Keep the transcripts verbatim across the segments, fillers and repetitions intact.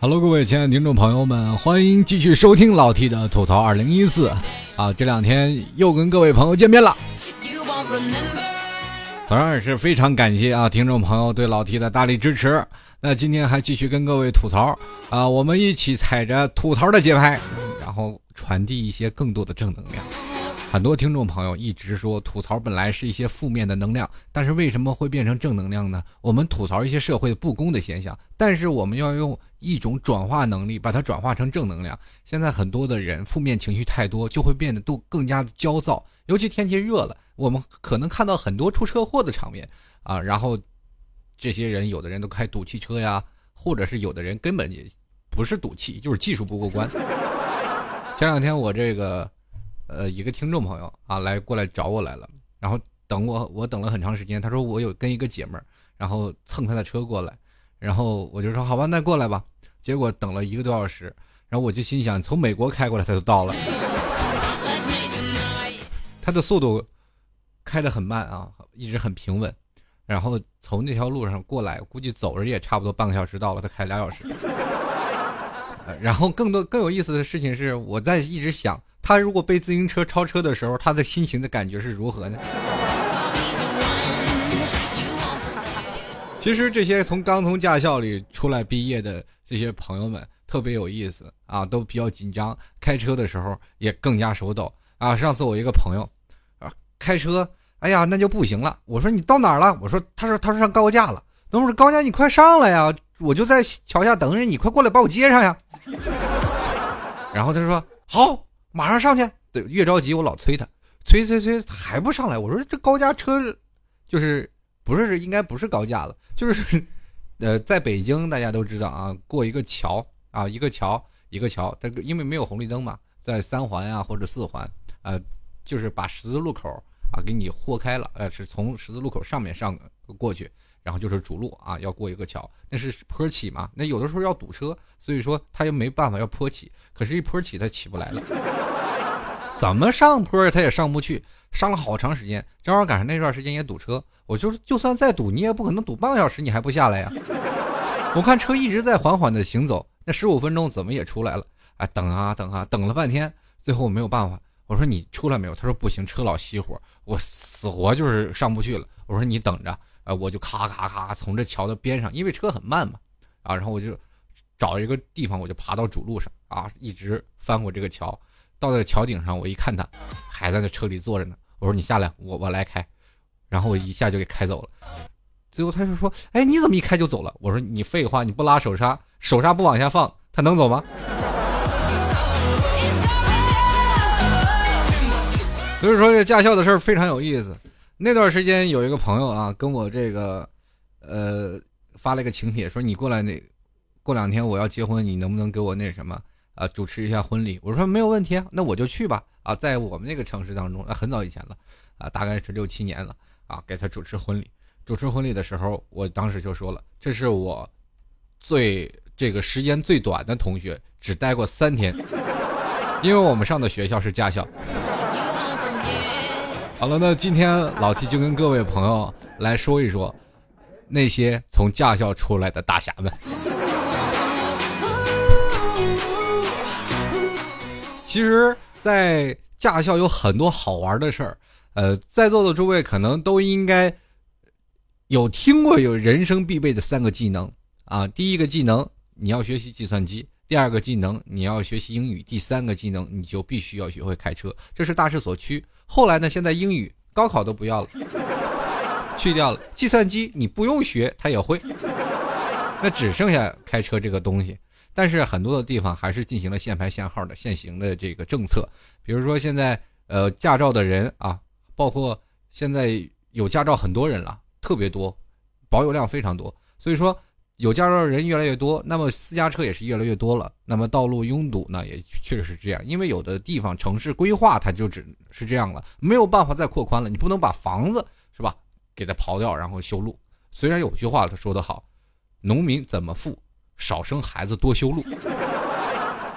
Hello， 各位亲爱的听众朋友们，欢迎继续收听老 T 的吐槽二零一四啊！这两天又跟各位朋友见面了，当然也是非常感谢啊听众朋友对老 T 的大力支持。那今天还继续跟各位吐槽啊，我们一起踩着吐槽的节拍，然后传递一些更多的正能量。很多听众朋友一直说吐槽本来是一些负面的能量，但是为什么会变成正能量呢？我们吐槽一些社会不公的现象，但是我们要用一种转化能力把它转化成正能量。现在很多的人负面情绪太多，就会变得都更加的焦躁，尤其天气热了，我们可能看到很多出车祸的场面啊，然后这些人有的人都开赌气车呀，或者是有的人根本也不是赌气，就是技术不过关。前两天我这个呃，一个听众朋友啊，来过来找我来了，然后等我，我等了很长时间。他说我有跟一个姐妹儿，然后蹭他的车过来，然后我就说好吧，那过来吧。结果等了一个多小时，然后我就心想，从美国开过来他就到了，他的速度开得很慢啊，一直很平稳，然后从那条路上过来，估计走着也差不多半个小时到了，他开俩小时。然后更多更有意思的事情是，我在一直想，他如果被自行车超车的时候，他的心情的感觉是如何呢？其实这些从刚从驾校里出来毕业的这些朋友们特别有意思啊，都比较紧张，开车的时候也更加手抖啊。上次我一个朋友啊开车，哎呀那就不行了，我说你到哪儿了？我说他说他说上高架了，等会儿高架你快上来呀，我就在桥下等着你，快过来把我接上呀。然后他说好，马上上去。对，越着急我老催他，催催催还不上来。我说这高架车就是不是应该不是高架了，就是呃在北京大家都知道啊，过一个桥啊，一个桥一个桥，但因为没有红绿灯嘛，在三环啊或者四环呃就是把十字路口啊给你豁开了，呃是从十字路口上面上过去，然后就是主路啊，要过一个桥，那是坡起嘛，那有的时候要堵车，所以说他又没办法要坡起，可是一坡起他起不来了，怎么上坡他也上不去，上了好长时间，正好赶上那段时间也堵车，我就是就算再堵你也不可能堵半个小时你还不下来呀。我看车一直在缓缓的行走，那十五分钟怎么也出来了，哎等啊等啊等了半天，最后我没有办法，我说你出来没有？他说不行，车老熄火，我死活就是上不去了。我说你等着，呃，我就咔咔咔从这桥的边上，因为车很慢嘛，啊，然后我就找一个地方，我就爬到主路上啊，一直翻过这个桥，到了桥顶上，我一看他还在那车里坐着呢，我说你下来，我我来开，然后我一下就给开走了。最后他就说，哎，你怎么一开就走了？我说你废话，你不拉手刹，手刹不往下放，他能走吗？所以说这驾校的事儿非常有意思。那段时间有一个朋友啊，跟我这个呃发了一个请帖，说你过来那过两天我要结婚，你能不能给我那什么啊主持一下婚礼？我说没有问题啊，那我就去吧啊，在我们那个城市当中，啊、很早以前了啊，大概是六七年了啊，给他主持婚礼。主持婚礼的时候，我当时就说了，这是我最这个时间最短的同学，只待过三天，因为我们上的学校是驾校。好了，那今天老 T 就跟各位朋友来说一说那些从驾校出来的大侠们。其实在驾校有很多好玩的事儿，呃，在座的诸位可能都应该有听过有人生必备的三个技能啊。第一个技能你要学习计算机，第二个技能你要学习英语，第三个技能你就必须要学会开车，这是大势所趋。后来呢，现在英语高考都不要了，去掉了，计算机你不用学他也会，那只剩下开车这个东西。但是很多的地方还是进行了限牌限号的现行的这个政策，比如说现在呃驾照的人啊，包括现在有驾照很多人了，特别多，保有量非常多，所以说有驾照的人越来越多，那么私家车也是越来越多了，那么道路拥堵呢也确实是这样，因为有的地方城市规划它就只是这样了，没有办法再扩宽了，你不能把房子是吧给它刨掉然后修路。虽然有句话他说得好，农民怎么富，少生孩子多修路。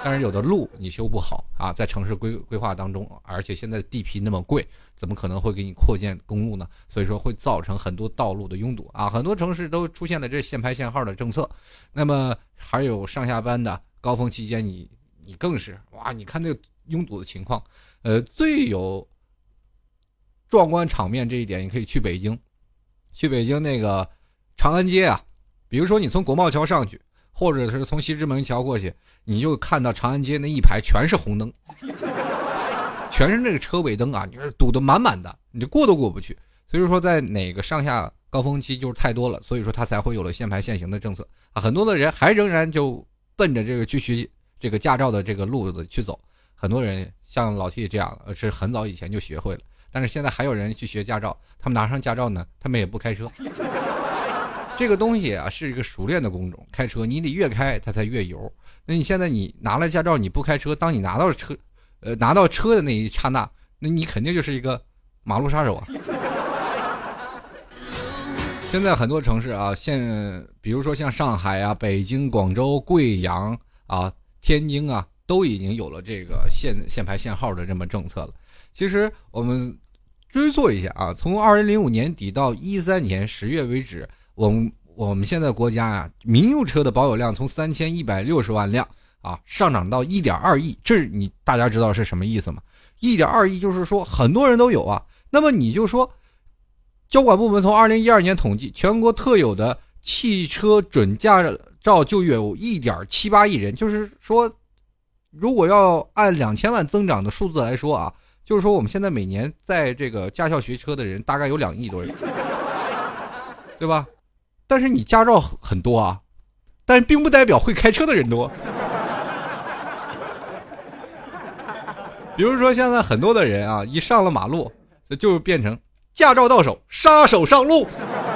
但是有的路你修不好啊，在城市规规划当中，而且现在地皮那么贵，怎么可能会给你扩建公路呢？所以说会造成很多道路的拥堵啊，很多城市都出现了这限牌限号的政策。那么还有上下班的高峰期间，你你更是哇，你看那个拥堵的情况，呃，最有壮观场面这一点，你可以去北京，去北京那个长安街啊，比如说你从国贸桥上去，或者是从西直门桥过去，你就看到长安街那一排全是红灯，全是那个车尾灯啊，你是堵得满满的，你就过都过不去。所以说在哪个上下高峰期就是太多了，所以说它才会有了限牌限行的政策啊。很多的人还仍然就奔着这个去学这个驾照的这个路子去走，很多人像老 T 这样是很早以前就学会了，但是现在还有人去学驾照，他们拿上驾照呢，他们也不开车。这个东西啊是一个熟练的工种，开车你得越开它才越油。那你现在你拿了驾照你不开车，当你拿到车呃拿到车的那一刹那，那你肯定就是一个马路杀手啊。现在很多城市啊，现比如说像上海啊、北京、广州、贵阳啊、天津啊，都已经有了这个限限牌限号的这么政策了。其实我们追溯一下啊，从二零零五年底到一三年十月为止，我们我们现在国家啊，民用车的保有量从三千一百六十万辆啊，上涨到一点二亿，这你大家知道是什么意思吗？一点二亿就是说很多人都有啊。那么你就说，交管部门从二零一二年统计，全国特有的汽车准驾照就有一点七八亿人，就是说，如果要按两千万增长的数字来说啊，就是说我们现在每年在这个驾校学车的人大概有两亿多人，对吧？但是你驾照很多啊，但并不代表会开车的人多。比如说现在很多的人啊，一上了马路就变成驾照到手，杀手上路。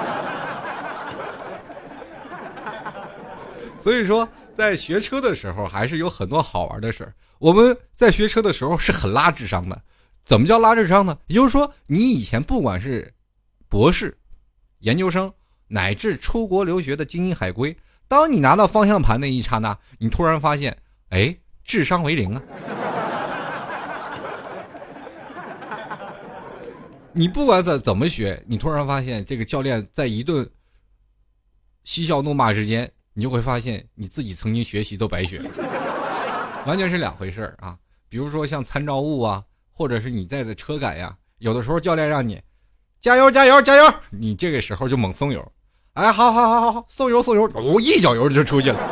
所以说在学车的时候还是有很多好玩的事儿。我们在学车的时候是很拉智商的。怎么叫拉智商呢？也就是说你以前不管是博士、研究生乃至出国留学的精英海归，当你拿到方向盘那一刹那，你突然发现，哎，智商为零啊。你不管怎怎么学，你突然发现这个教练在一顿嬉笑怒骂之间，你就会发现你自己曾经学习都白学了，完全是两回事啊。比如说像参照物啊，或者是你在的车感呀，有的时候教练让你加油加油加油，你这个时候就猛松油，哎，好好好好好，松油松油，我一脚油就出去了。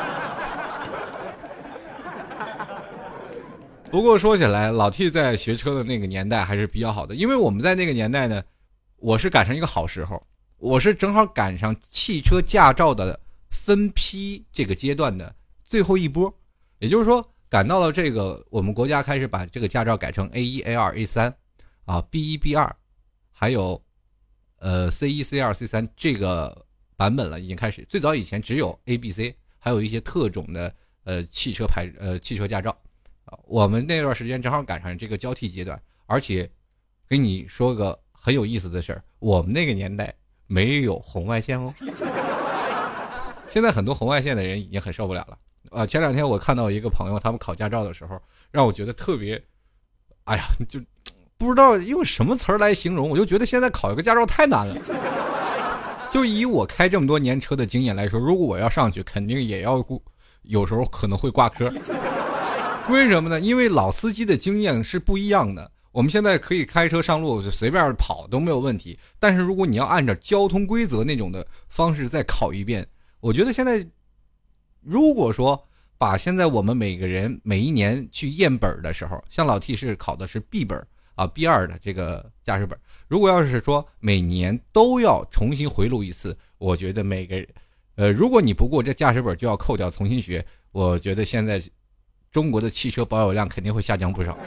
不过说起来，老 T 在学车的那个年代还是比较好的，因为我们在那个年代呢，我是赶上一个好时候，我是正好赶上汽车驾照的分批这个阶段的最后一波，也就是说赶到了这个我们国家开始把这个驾照改成 A 一 A 二 A 三 啊 B 一 B 二 还有呃 C 一 C 二 C 三 这个版本了，已经开始。最早以前只有 A B C 还有一些特种的呃汽车牌呃汽车驾照，我们那段时间正好赶上这个交替阶段。而且跟你说个很有意思的事儿，我们那个年代没有红外线哦。现在很多红外线的人已经很受不了了。呃，前两天我看到一个朋友，他们考驾照的时候，让我觉得特别，哎呀，就不知道用什么词儿来形容，我就觉得现在考一个驾照太难了。就以我开这么多年车的经验来说，如果我要上去，肯定也要有时候可能会挂科。为什么呢？因为老司机的经验是不一样的。我们现在可以开车上路就随便跑都没有问题，但是如果你要按照交通规则那种的方式再考一遍，我觉得现在如果说把现在我们每个人每一年去验本的时候，像老 T 是考的是 B 本啊 B 二 的这个驾驶本，如果要是说每年都要重新回录一次，我觉得每个人呃如果你不过这驾驶本就要扣掉重新学，我觉得现在中国的汽车保有量肯定会下降不少。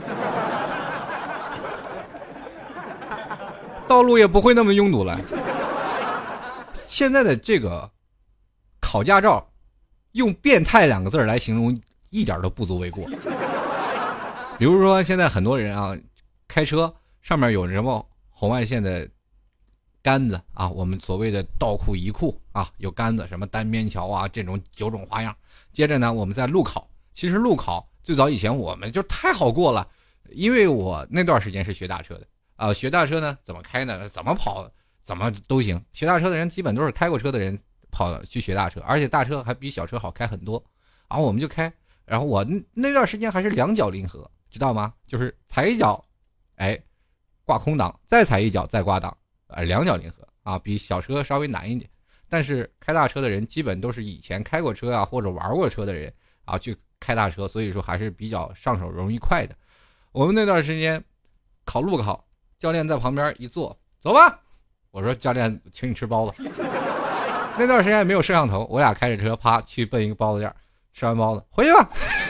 道路也不会那么拥堵了。现在的这个考驾照用变态两个字来形容一点都不足为过。比如说现在很多人啊开车上面有什么红外线的杆子啊，我们所谓的倒库移库啊，有杆子什么单边桥啊，这种九种花样。接着呢我们在路考， 其实路考最早以前我们就太好过了，因为我那段时间是学大车的啊、呃，学大车呢怎么开呢？怎么跑怎么都行。学大车的人基本都是开过车的人跑去学大车，而且大车还比小车好开很多。然后我们就开，然后我那段时间还是两脚离合，知道吗？就是踩一脚，哎，挂空档，再踩一脚再挂档，呃，两脚离合啊，比小车稍微难一点。但是开大车的人基本都是以前开过车啊或者玩过车的人啊去开大车，所以说还是比较上手容易快的。我们那段时间考路考，教练在旁边一坐，走吧，我说教练请你吃包子。那段时间也没有摄像头，我俩开着车啪去奔一个包子店，吃完包子回去吧。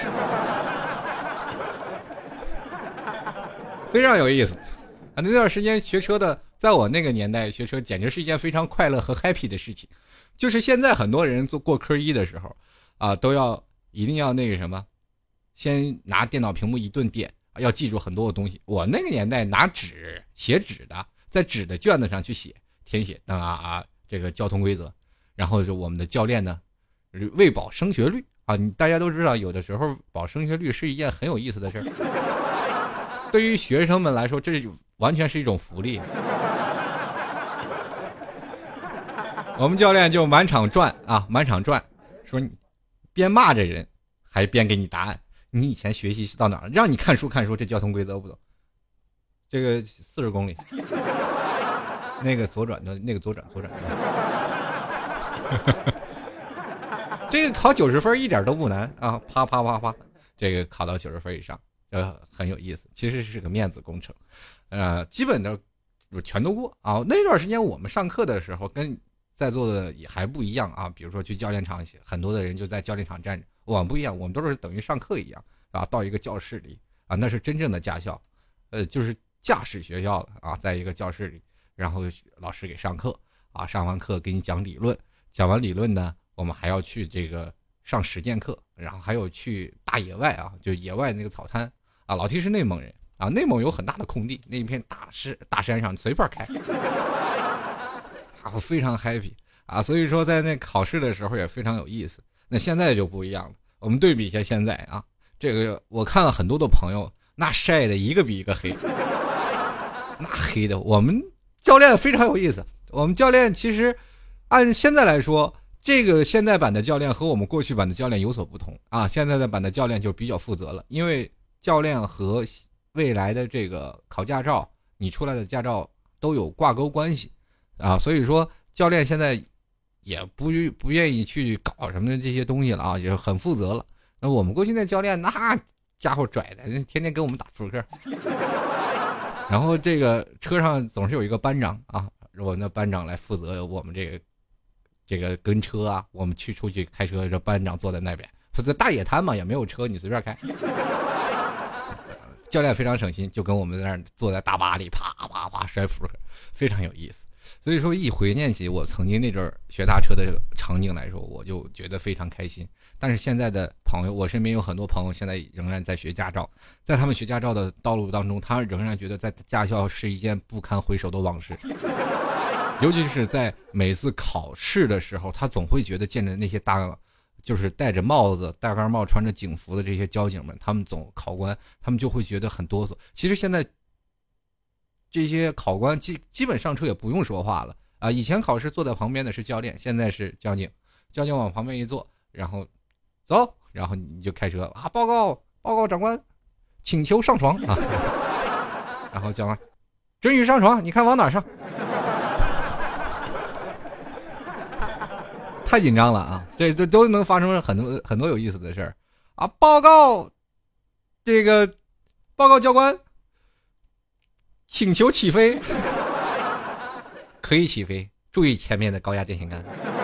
非常有意思啊！那段时间学车的，在我那个年代学车简直是一件非常快乐和 happy 的事情。就是现在很多人做过科一的时候啊，都要一定要那个什么，先拿电脑屏幕一顿点，要记住很多的东西。我那个年代拿纸写纸的，在纸的卷子上去写填写啊啊这个交通规则，然后就我们的教练呢，为保升学率啊，你大家都知道，有的时候保升学率是一件很有意思的事儿。对于学生们来说，这完全是一种福利。我们教练就满场转啊，满场转，说你边骂着人，还边给你答案。你以前学习是到哪儿？让你看书看书，这交通规则不懂。这个四十公里，那个左转的，那个左转左转。这个考九十分一点都不难啊，啪啪啪啪，这个考到九十分以上。呃，很有意思，其实是个面子工程，呃，基本的全都过啊。那段时间我们上课的时候跟在座的也还不一样啊，比如说去教练场，很多的人就在教练场站着，我们不一样，我们都是等于上课一样啊，到一个教室里啊，那是真正的驾校，呃，就是驾驶学校的啊，在一个教室里，然后老师给上课啊，上完课给你讲理论，讲完理论呢，我们还要去这个上实践课，然后还有去大野外啊，就野外那个草滩。啊，老 T 是内蒙人啊，内蒙有很大的空地，那一片大山大山上随便开，啊，非常 happy 啊，所以说在那考试的时候也非常有意思。那现在就不一样了，我们对比一下现在啊，这个我看了很多的朋友，那晒的一个比一个黑，那黑的。我们教练非常有意思，我们教练其实按现在来说，这个现在版的教练和我们过去版的教练有所不同啊，现在的版的教练就比较负责了，因为教练和未来的这个考驾照，你出来的驾照都有挂钩关系啊，所以说教练现在也不不愿意去搞什么这些东西了啊，也很负责了。那我们过去那教练那家伙拽的，天天给我们打扑克，然后这个车上总是有一个班长啊，我那班长来负责我们这个这个跟车啊，我们去出去开车，这班长坐在那边，负责大野滩嘛，也没有车，你随便开。教练非常省心，就跟我们在那儿坐在大巴里啪啪啪摔扑克，非常有意思。所以说一回念起我曾经那阵学大车的场景来说，我就觉得非常开心。但是现在的朋友，我身边有很多朋友现在仍然在学驾照，在他们学驾照的道路当中，他仍然觉得在驾校是一件不堪回首的往事。尤其是在每次考试的时候，他总会觉得见着那些大就是戴着帽子大盖帽穿着警服的这些交警们，他们总考官他们就会觉得很哆嗦。其实现在这些考官基基本上车也不用说话了啊！以前考试坐在旁边的是教练，现在是交警，交警往旁边一坐，然后走，然后你就开车啊，报告报告长官，请求上床啊，然后教官准许上床，你看往哪上？太紧张了啊！这这都能发生很多很多有意思的事儿啊！报告这个报告教官，请求起飞，可以起飞，注意前面的高压电线杆。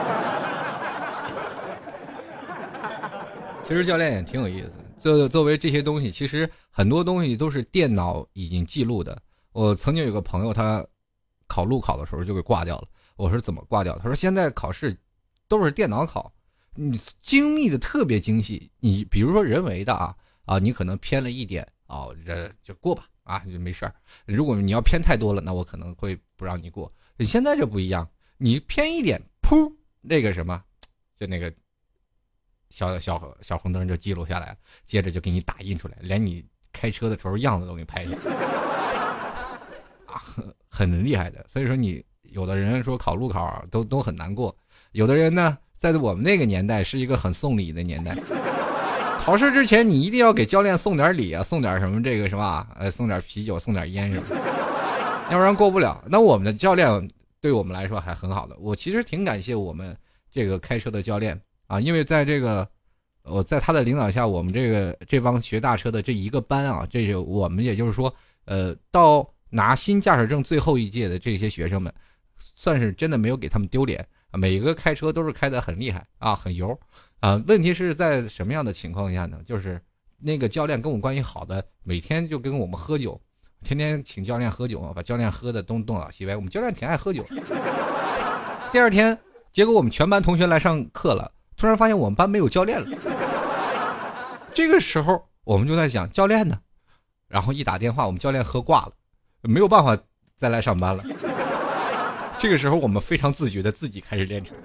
其实教练也挺有意思的，作作为这些东西，其实很多东西都是电脑已经记录的。我曾经有个朋友，他考路考的时候就给挂掉了。我说怎么挂掉？他说现在考试都是电脑考，你精密的特别精细，你比如说人为的啊啊，你可能偏了一点啊，这就过吧啊，就没事儿。如果你要偏太多了，那我可能会不让你过。你现在就不一样，你偏一点，噗，那个什么，就那个小小小红灯就记录下来了，接着就给你打印出来，连你开车的时候样子都给你拍下来啊，很很厉害的。所以说你有的人说考路考、啊、都都很难过，有的人呢在我们那个年代是一个很送礼的年代，考试之前你一定要给教练送点礼啊，送点什么这个什么呃，送点啤酒，送点烟什么的，要不然过不了。那我们的教练对我们来说还很好的，我其实挺感谢我们这个开车的教练啊，因为在这个我在他的领导下，我们这个这帮学大车的这一个班啊，这是我们也就是说呃到拿新驾驶证最后一届的这些学生们，算是真的没有给他们丢脸，每个开车都是开得很厉害啊，很油啊。问题是在什么样的情况下呢？就是那个教练跟我关系好的，每天就跟我们喝酒，天天请教练喝酒，把教练喝的东东倒西歪。我们教练挺爱喝酒。第二天，结果我们全班同学来上课了，突然发现我们班没有教练了。这个时候我们就在想教练呢，然后一打电话，我们教练喝挂了，没有办法再来上班了。这个时候我们非常自觉的自己开始练车。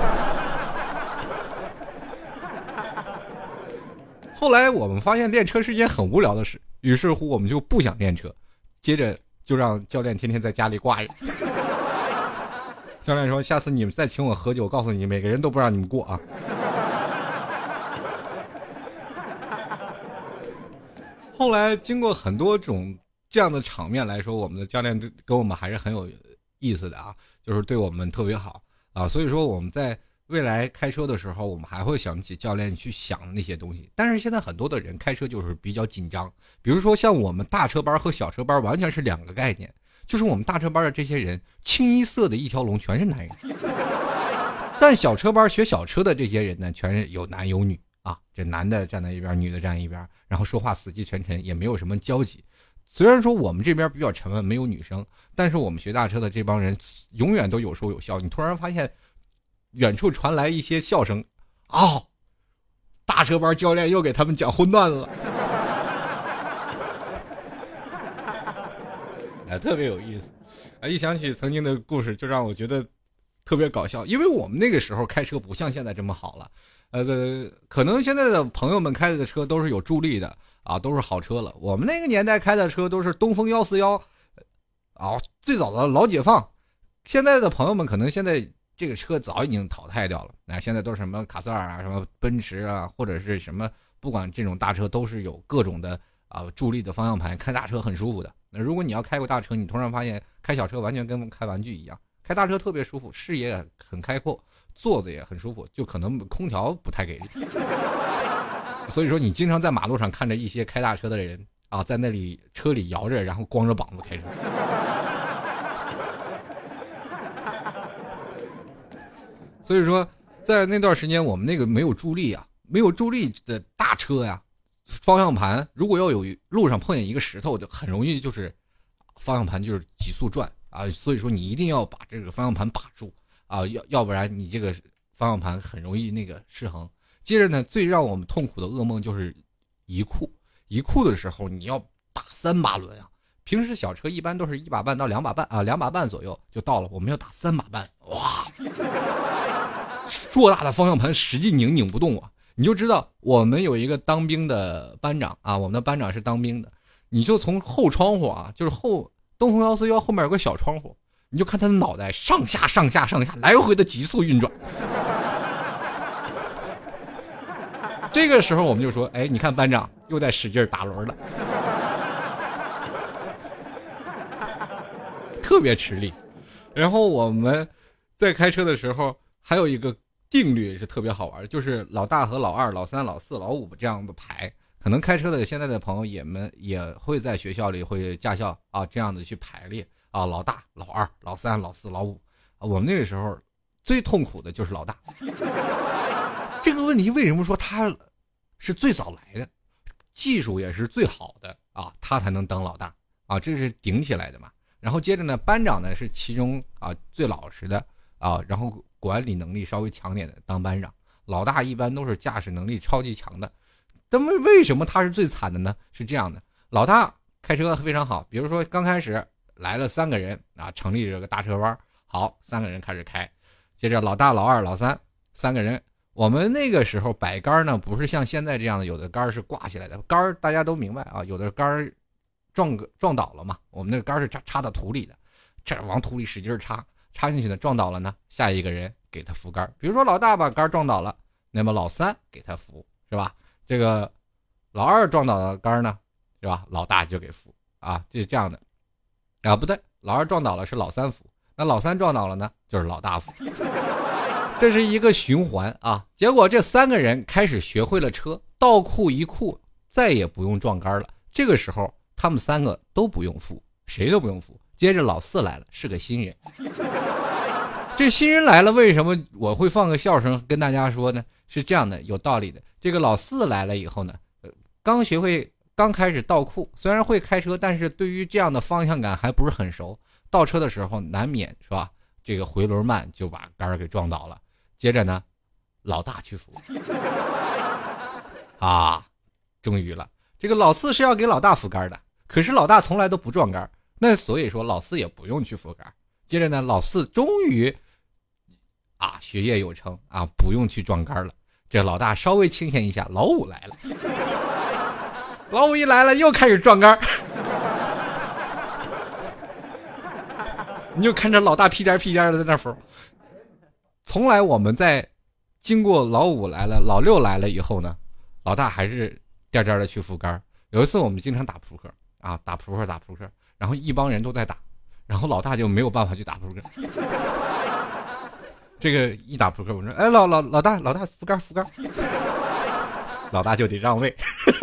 后来我们发现练车是一件很无聊的事，于是乎我们就不想练车，接着就让教练天天在家里挂着。教练说下次你们再请我喝酒，告诉你每个人都不让你们过啊。后来经过很多种这样的场面来说，我们的教练跟我们还是很有意思的啊，就是对我们特别好啊，所以说我们在未来开车的时候，我们还会想起教练去想那些东西。但是现在很多的人开车就是比较紧张，比如说像我们大车班和小车班完全是两个概念，就是我们大车班的这些人清一色的一条龙全是男人，但小车班学小车的这些人呢，全是有男有女啊，这男的站在一边，女的站一边，然后说话死气沉沉，也没有什么交集。虽然说我们这边比较沉稳，没有女生，但是我们学大车的这帮人永远都有说有笑。你突然发现远处传来一些笑声，哦，大车班教练又给他们讲荤段子了。哎，特别有意思啊！一想起曾经的故事，就让我觉得特别搞笑。因为我们那个时候开车不像现在这么好了，呃，可能现在的朋友们开的车都是有助力的啊，都是好车了。我们那个年代开的车都是东风一四一，啊，最早的老解放。现在的朋友们可能现在这个车早已经淘汰掉了，那现在都是什么卡萨尔啊，什么奔驰啊，或者是什么，不管这种大车都是有各种的啊助力的方向盘，开大车很舒服的。那如果你要开过大车，你突然发现开小车完全跟开玩具一样，开大车特别舒服，视野很开阔，坐子也很舒服，就可能空调不太给力。所以说你经常在马路上看着一些开大车的人啊，在那里车里摇着，然后光着膀子开车。所以说在那段时间我们那个没有助力啊，没有助力的大车呀，方向盘如果要有路上碰见一个石头，就很容易就是方向盘就是急速转啊，所以说你一定要把这个方向盘把住啊，要要不然你这个方向盘很容易那个失衡。接着呢，最让我们痛苦的噩梦就是移库，移库的时候你要打三把轮啊。平时小车一般都是一把半到两把半啊，两把半左右就到了，我们要打三把半，哇！硕大的方向盘使劲拧拧不动啊！你就知道我们有一个当兵的班长啊，我们的班长是当兵的，你就从后窗户啊，就是后东风一四一后面有个小窗户，你就看他的脑袋上下上下上下来回的急速运转。这个时候我们就说，哎，你看班长又在使劲打轮了，特别吃力。然后我们在开车的时候还有一个定律是特别好玩，就是老大和老二、老三、老四、老五这样的排。可能开车的现在的朋友也们也会在学校里会驾校啊这样的去排列啊，老大、老二、老三、老四、老五。啊，我们那个时候最痛苦的就是老大。这个问题为什么说他是最早来的，技术也是最好的啊，他才能当老大啊，这是顶起来的嘛。然后接着呢，班长呢是其中啊最老实的啊，然后管理能力稍微强点的当班长，老大一般都是驾驶能力超级强的。那么为什么他是最惨的呢？是这样的，老大开车非常好，比如说刚开始来了三个人啊，成立这个大车班，好，三个人开始开，接着老大、老二、老三三个人我们那个时候摆杆呢，不是像现在这样的，有的杆是挂起来的杆，大家都明白啊。有的杆撞撞倒了嘛，我们那个杆是插插到土里的，这往土里使劲插，插进去呢，撞倒了呢，下一个人给他扶杆。比如说老大把杆撞倒了，那么老三给他扶，是吧？这个老二撞倒了杆呢，是吧？老大就给扶啊，就是这样的。啊，不对，老二撞倒了是老三扶，那老三撞倒了呢，就是老大扶。这是一个循环啊，结果这三个人开始学会了车，倒库一库，再也不用撞杆了。这个时候他们三个都不用扶，谁都不用扶。接着老四来了，是个新人。这新人来了，为什么我会放个笑声跟大家说呢？是这样的，有道理的。这个老四来了以后呢，刚学会刚开始倒库，虽然会开车，但是对于这样的方向感还不是很熟，倒车的时候难免是吧，这个回轮慢就把杆给撞倒了。接着呢，老大去扶啊，终于了。这个老四是要给老大扶杆的，可是老大从来都不撞杆，那所以说老四也不用去扶杆。接着呢，老四终于啊学业有成啊，不用去撞杆了。这老大稍微清闲一下，老五来了。老五一来了，又开始撞杆。你就看着老大屁颠屁颠的在那扶。从来我们在经过老五来了老六来了以后呢，老大还是颠颠的去扶杆。有一次我们经常打扑克啊，打扑克打扑克，然后一帮人都在打，然后老大就没有办法去打扑克。这个一打扑克，我说哎老老老大老大扶杆扶杆，老大就得让位。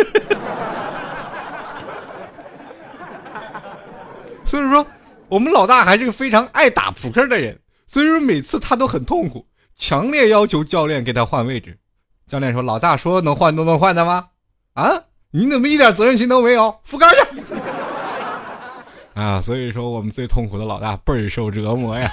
所以说我们老大还是个非常爱打扑克的人，所以说每次他都很痛苦，强烈要求教练给他换位置。教练说老大说能换都能换的吗？啊，你怎么一点责任心都没有？扶杆去。啊，所以说我们最痛苦的老大倍儿受折磨呀。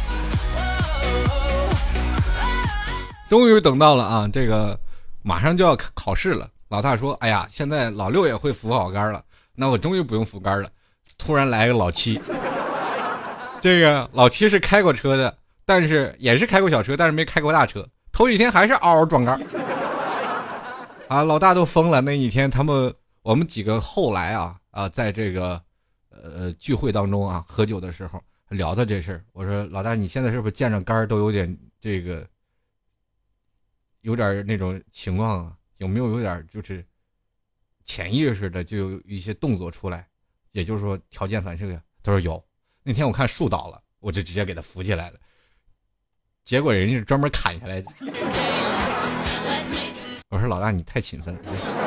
终于等到了啊，这个马上就要考试了。老大说哎呀，现在老六也会扶好杆了，那我终于不用扶杆了。突然来个老七，这个老七是开过车的，但是也是开过小车，但是没开过大车。头几天还是嗷嗷撞杆啊，老大都疯了。那一天他们我们几个后来啊啊，在这个呃聚会当中啊喝酒的时候聊到这事儿，我说老大你现在是不是见着杆都有点这个有点那种情况啊？有没有有点就是潜意识的就有一些动作出来？也就是说条件反射呀。他说有。那天我看树倒了，我就直接给他扶起来了，结果人家是专门砍下来的。我说老大你太勤奋了。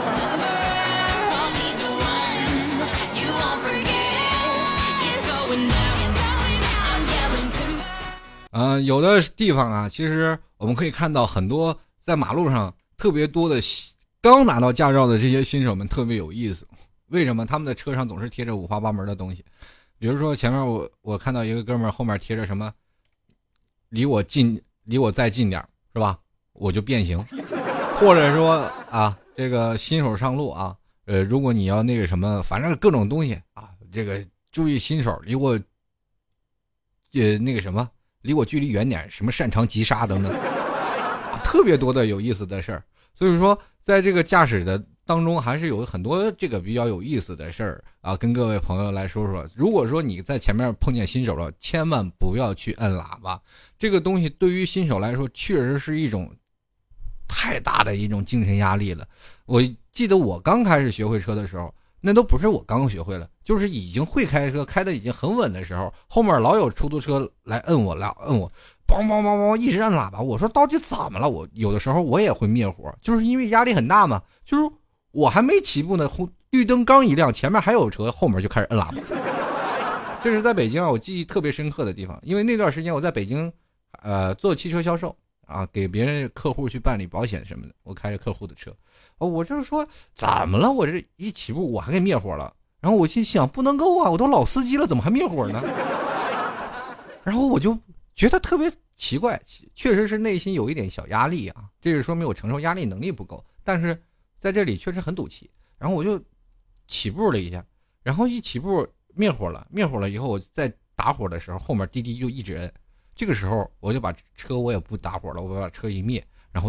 呃，有的地方啊，其实我们可以看到很多在马路上特别多的刚拿到驾照的这些新手们特别有意思。为什么他们的车上总是贴着五花八门的东西？比如说前面我我看到一个哥们儿后面贴着什么离我近离我再近点是吧，我就变形。或者说啊这个新手上路啊，呃如果你要那个什么反正各种东西啊，这个注意新手离我呃那个什么离我距离远点，什么擅长急刹等等、啊、特别多的有意思的事儿。所以说在这个驾驶的当中还是有很多这个比较有意思的事儿啊，跟各位朋友来说说。如果说你在前面碰见新手了，千万不要去摁喇叭，这个东西对于新手来说确实是一种太大的一种精神压力了。我记得我刚开始学会车的时候，那都不是我刚学会了，就是已经会开车开的已经很稳的时候，后面老有出租车来摁我来摁我，梆梆梆梆一直按喇叭。我说到底怎么了？我有的时候我也会灭火，就是因为压力很大嘛，就是我还没起步呢，绿灯刚一亮，前面还有车，后面就开始摁喇叭。这是在北京啊，我记忆特别深刻的地方，因为那段时间我在北京，呃，做汽车销售啊，给别人客户去办理保险什么的，我开着客户的车，哦，我就是说怎么了？我这一起步我还给灭火了，然后我心想不能够啊，我都老司机了，怎么还灭火呢？然后我就觉得特别奇怪，确实是内心有一点小压力啊，这是说明我承受压力能力不够，但是在这里确实很赌气。然后我就起步了一下，然后一起步灭火了，灭火了以后我在打火的时候，后面滴滴就一直摁。这个时候我就把车我也不打火了，我把车一灭，然后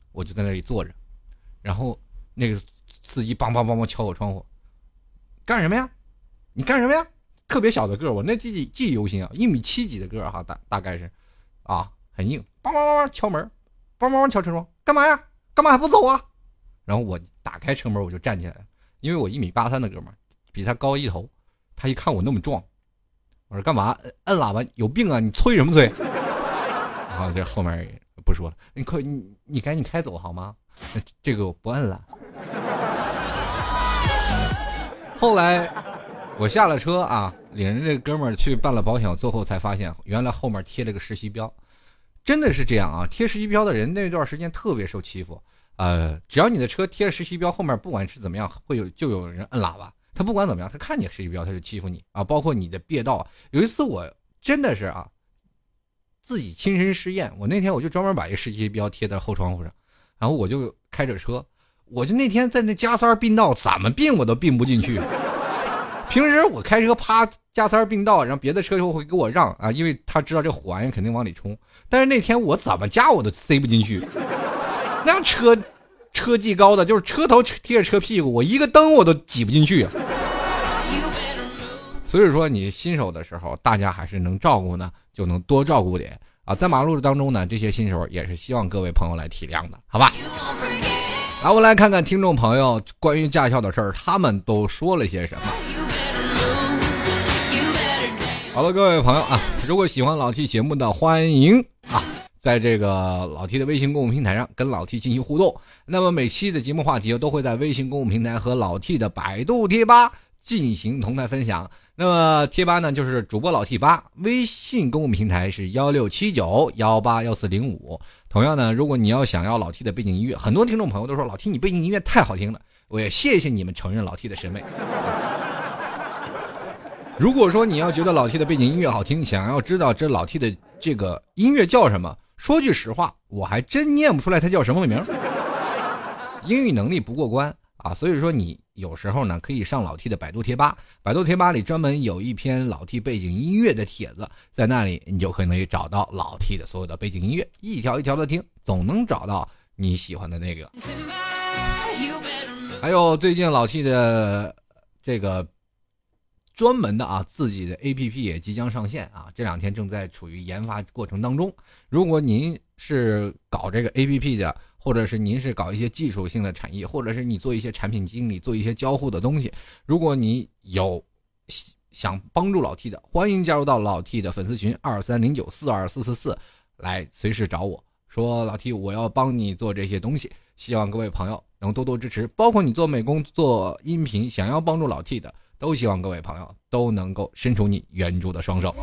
我就在那里坐着，然后那个司机梆梆梆梆敲我窗户，干什么呀？你干什么呀？特别小的个儿，我那记记忆犹新啊，一米七几的个儿哈，大大概是，啊，很硬，梆梆梆梆敲门，梆梆梆敲车窗，干嘛呀？干嘛还不走啊？然后我打开车门，我就站起来了，因为我一米八三的哥们儿，比他高一头，他一看我那么壮，我说干嘛？摁喇叭有病啊？你催什么催？然后这后面不说了，你快你你赶紧开走好吗？这个我不摁了。后来我下了车啊，领着这哥们儿去办了保险，最后才发现原来后面贴了个实习标。真的是这样啊，贴实习标的人那段时间特别受欺负。呃，只要你的车贴了实习标，后面不管是怎么样，会有就有人摁喇叭。他不管怎么样，他看见实习标他就欺负你啊，包括你的别道。有一次我真的是啊，自己亲身试验，我那天我就专门把一个实习标贴在后窗户上，然后我就开着车，我就那天在那加塞儿并道，怎么并我都并不进去。平时我开车啪加塞儿并道，然后别的车就会给我让啊，因为他知道这火玩意肯定往里冲。但是那天我怎么加我都塞不进去，那车车技高的就是车头贴着车屁股，我一个灯我都挤不进去啊。所以说你新手的时候，大家还是能照顾呢，就能多照顾点啊。在马路当中呢，这些新手也是希望各位朋友来体谅的，好吧？来，我来看看听众朋友关于驾校的事儿，他们都说了些什么。好了，各位朋友啊，如果喜欢老 T 节目的，欢迎啊，在这个老 T 的微信公众平台上跟老 T 进行互动。那么每期的节目话题都会在微信公众平台和老 T 的百度贴吧进行同台分享。那么贴吧呢，就是主播老 T 八，微信公共平台是幺六七九幺八幺四零五。同样呢，如果你要想要老 T 的背景音乐，很多听众朋友都说老 T 你背景音乐太好听了，我也谢谢你们承认老 T 的审美。如果说你要觉得老 T 的背景音乐好听，想要知道这老 T 的这个音乐叫什么，说句实话，我还真念不出来它叫什么名，英语能力不过关啊。所以说你有时候呢可以上老 T 的百度贴吧，百度贴吧里专门有一篇老 T 背景音乐的帖子，在那里你就可以找到老 T 的所有的背景音乐，一条一条的听，总能找到你喜欢的那个。还有最近老 T 的这个专门的啊自己的 A P P 也即将上线啊，这两天正在处于研发过程当中。如果您是搞这个 A P P 的，或者是您是搞一些技术性的产业，或者是你做一些产品经理，做一些交互的东西，如果你有想帮助老 T 的，欢迎加入到老 T 的粉丝群二三零九四二四四四，来随时找我说老 T 我要帮你做这些东西，希望各位朋友能多多支持，包括你做美工做音频想要帮助老 T 的，都希望各位朋友都能够伸出你援助的双手。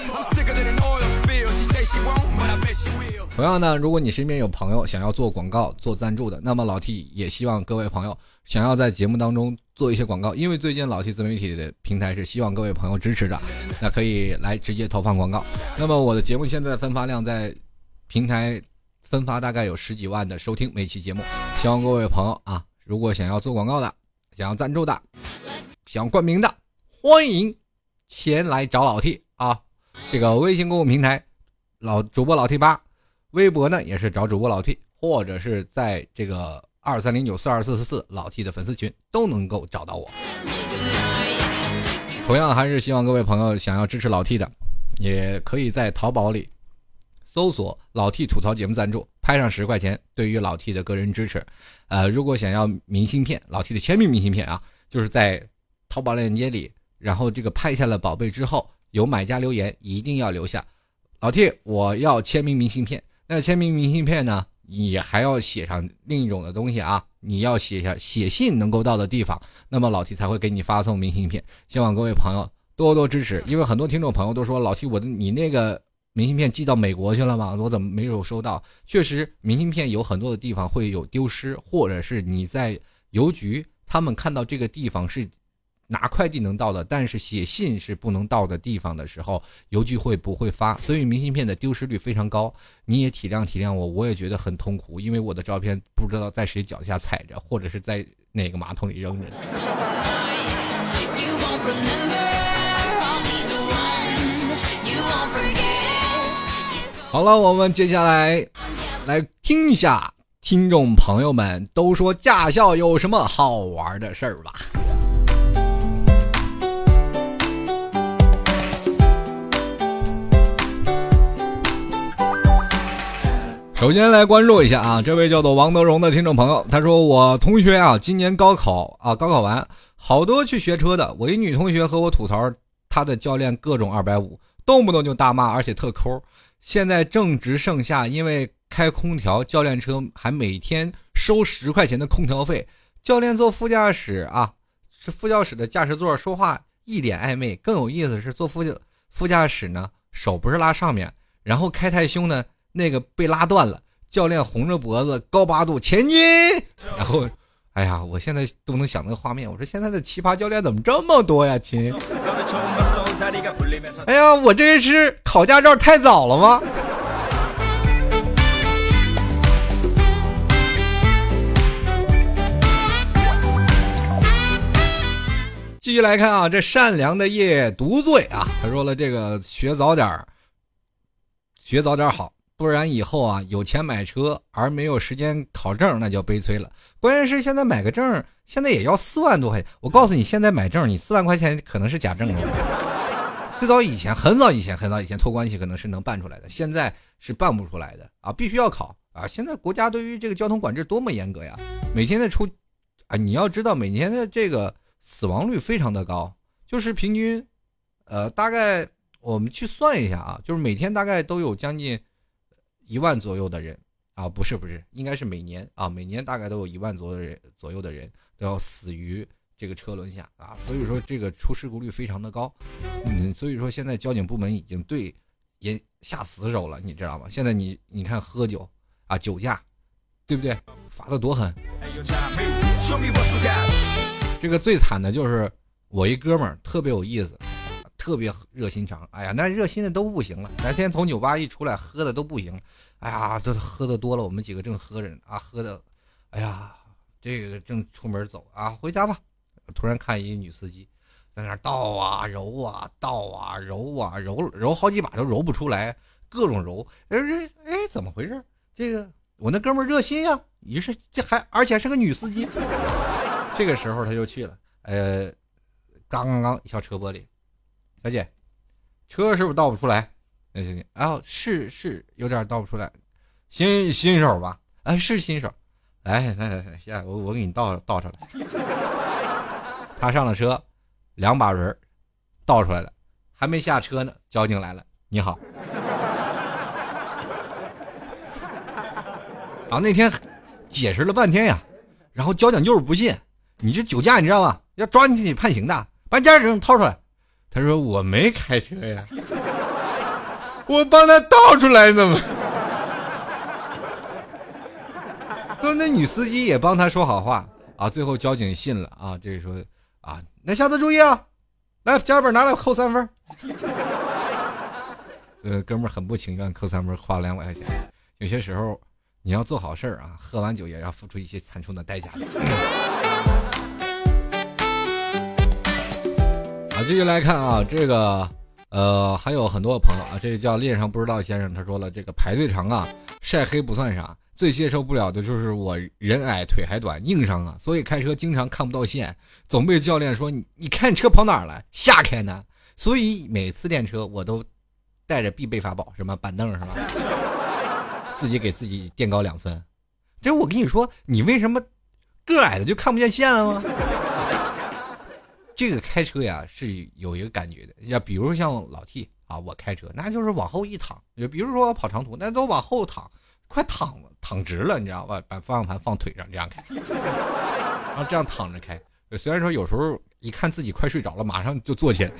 同样呢，如果你身边有朋友想要做广告做赞助的，那么老 T 也希望各位朋友想要在节目当中做一些广告，因为最近老 T 自媒体的平台是希望各位朋友支持的，那可以来直接投放广告。那么我的节目现在分发量在平台分发大概有十几万的收听每期节目，希望各位朋友啊，如果想要做广告的，想要赞助的，想要冠名的，欢迎先来找老 T 啊！这个微信公众平台老主播老 T 八，微博呢也是找主播老 T， 或者是在这个二三零九四二四四四老 T 的粉丝群都能够找到我。同样还是希望各位朋友想要支持老 T 的，也可以在淘宝里搜索老 T 吐槽节目赞助，拍上十块钱，对于老 T 的个人支持。呃，如果想要明信片，老 T 的签名明信片啊，就是在淘宝链接里，然后这个拍下了宝贝之后，有买家留言一定要留下老 T 我要签名明信片。那签名明信片呢，也还要写上另一种的东西啊，你要写下写信能够到的地方，那么老 T 才会给你发送明信片。希望各位朋友多多支持，因为很多听众朋友都说老 T 我的你那个明信片寄到美国去了吗？我怎么没有收到？确实明信片有很多的地方会有丢失，或者是你在邮局他们看到这个地方是拿快递能到的，但是写信是不能到的地方的时候，邮局会不会发，所以明信片的丢失率非常高。你也体谅体谅我，我也觉得很痛苦，因为我的照片不知道在谁脚下踩着，或者是在哪个马桶里扔着。好了，我们接下来来听一下听众朋友们都说驾校有什么好玩的事儿吧？首先来关注一下啊，这位叫做王德荣的听众朋友，他说我同学啊，今年高考啊，高考完好多去学车的，我一女同学和我吐槽，她的教练各种二百五，动不动就大骂，而且特抠。现在正值盛夏，因为开空调，教练车还每天收十块钱的空调费。教练坐副驾驶啊，是副驾驶的驾驶座，说话一脸暧昧。更有意思是坐副驾副驾驶呢，手不是拉上面，然后开太凶呢，那个被拉断了。教练红着脖子，高八度前进，然后，哎呀，我现在都能想那个画面。我说现在的奇葩教练怎么这么多呀，亲？哎呀，我这是考驾照太早了吗？继续来看啊，这善良的夜独醉啊，他说了，这个学早点学早点好，不然以后啊有钱买车而没有时间考证，那就悲催了。关键是现在买个证现在也要四万多块钱，我告诉你，现在买证你四万块钱可能是假证了。最早以前很早以前很早以前托关系可能是能办出来的，现在是办不出来的啊，必须要考啊。现在国家对于这个交通管制多么严格呀，每天的出啊，你要知道每年的这个死亡率非常的高，就是平均呃大概我们去算一下啊，就是每天大概都有将近一万左右的人啊，不是不是，应该是每年啊，每年大概都有一万左右的人左右的人都要死于这个车轮下啊，所以说这个出事故率非常的高。嗯，所以说现在交警部门已经对也下死手了，你知道吗？现在你你看喝酒啊，酒驾，对不对？罚的多狠。这个最惨的就是我一哥们儿特别有意思，特别热心肠，哎呀，那热心的都不行了，那天从酒吧一出来喝的都不行，哎呀，都喝的多了，我们几个正喝着啊，喝的，哎呀，这个正出门走啊，回家吧。突然看一女司机在那倒啊揉啊倒啊揉啊揉揉好几把都揉不出来，各种揉，哎哎，怎么回事？这个我那哥们热心呀，于是这还而且是个女司机。这个时候他就去了，呃，刚刚刚一敲车玻璃，小姐，车是不是倒不出来？那行，啊，是是有点倒不出来，新新手吧？哎，是新手，来来来来，下我我给你倒倒出来。他上了车，两把人倒出来了，还没下车呢，交警来了，你好。然后那天解释了半天呀，然后交警就是不信，你这酒驾你知道吗？要抓你判刑的，把驾驶证掏出来。他说我没开车呀，我帮他倒出来的嘛。说那女司机也帮他说好话啊，最后交警信了啊，这个说啊，那下次注意啊，来加本拿来扣三分。呃，哥们儿很不情愿扣三分，花了两百块钱。有些时候你要做好事儿啊，喝完酒也要付出一些惨重的代价。好，继续来看啊，这个呃还有很多朋友啊，这个叫恋上不知道先生，他说了，这个排队长啊，晒黑不算啥。最接受不了的就是我人矮腿还短，硬伤啊，所以开车经常看不到线，总被教练说你你看你车跑哪儿了，下开呢。所以每次练车我都带着必备法宝，什么板凳是吧？自己给自己垫高两寸。这我跟你说，你为什么个矮的就看不见线了吗？这个开车呀是有一个感觉的，要比如像老 T 啊，我开车那就是往后一躺，就比如说我跑长途，那都往后躺。快躺了，躺直了，你知道吧？把方向盘放腿上这样开，然后这样躺着开。虽然说有时候一看自己快睡着了，马上就坐起来。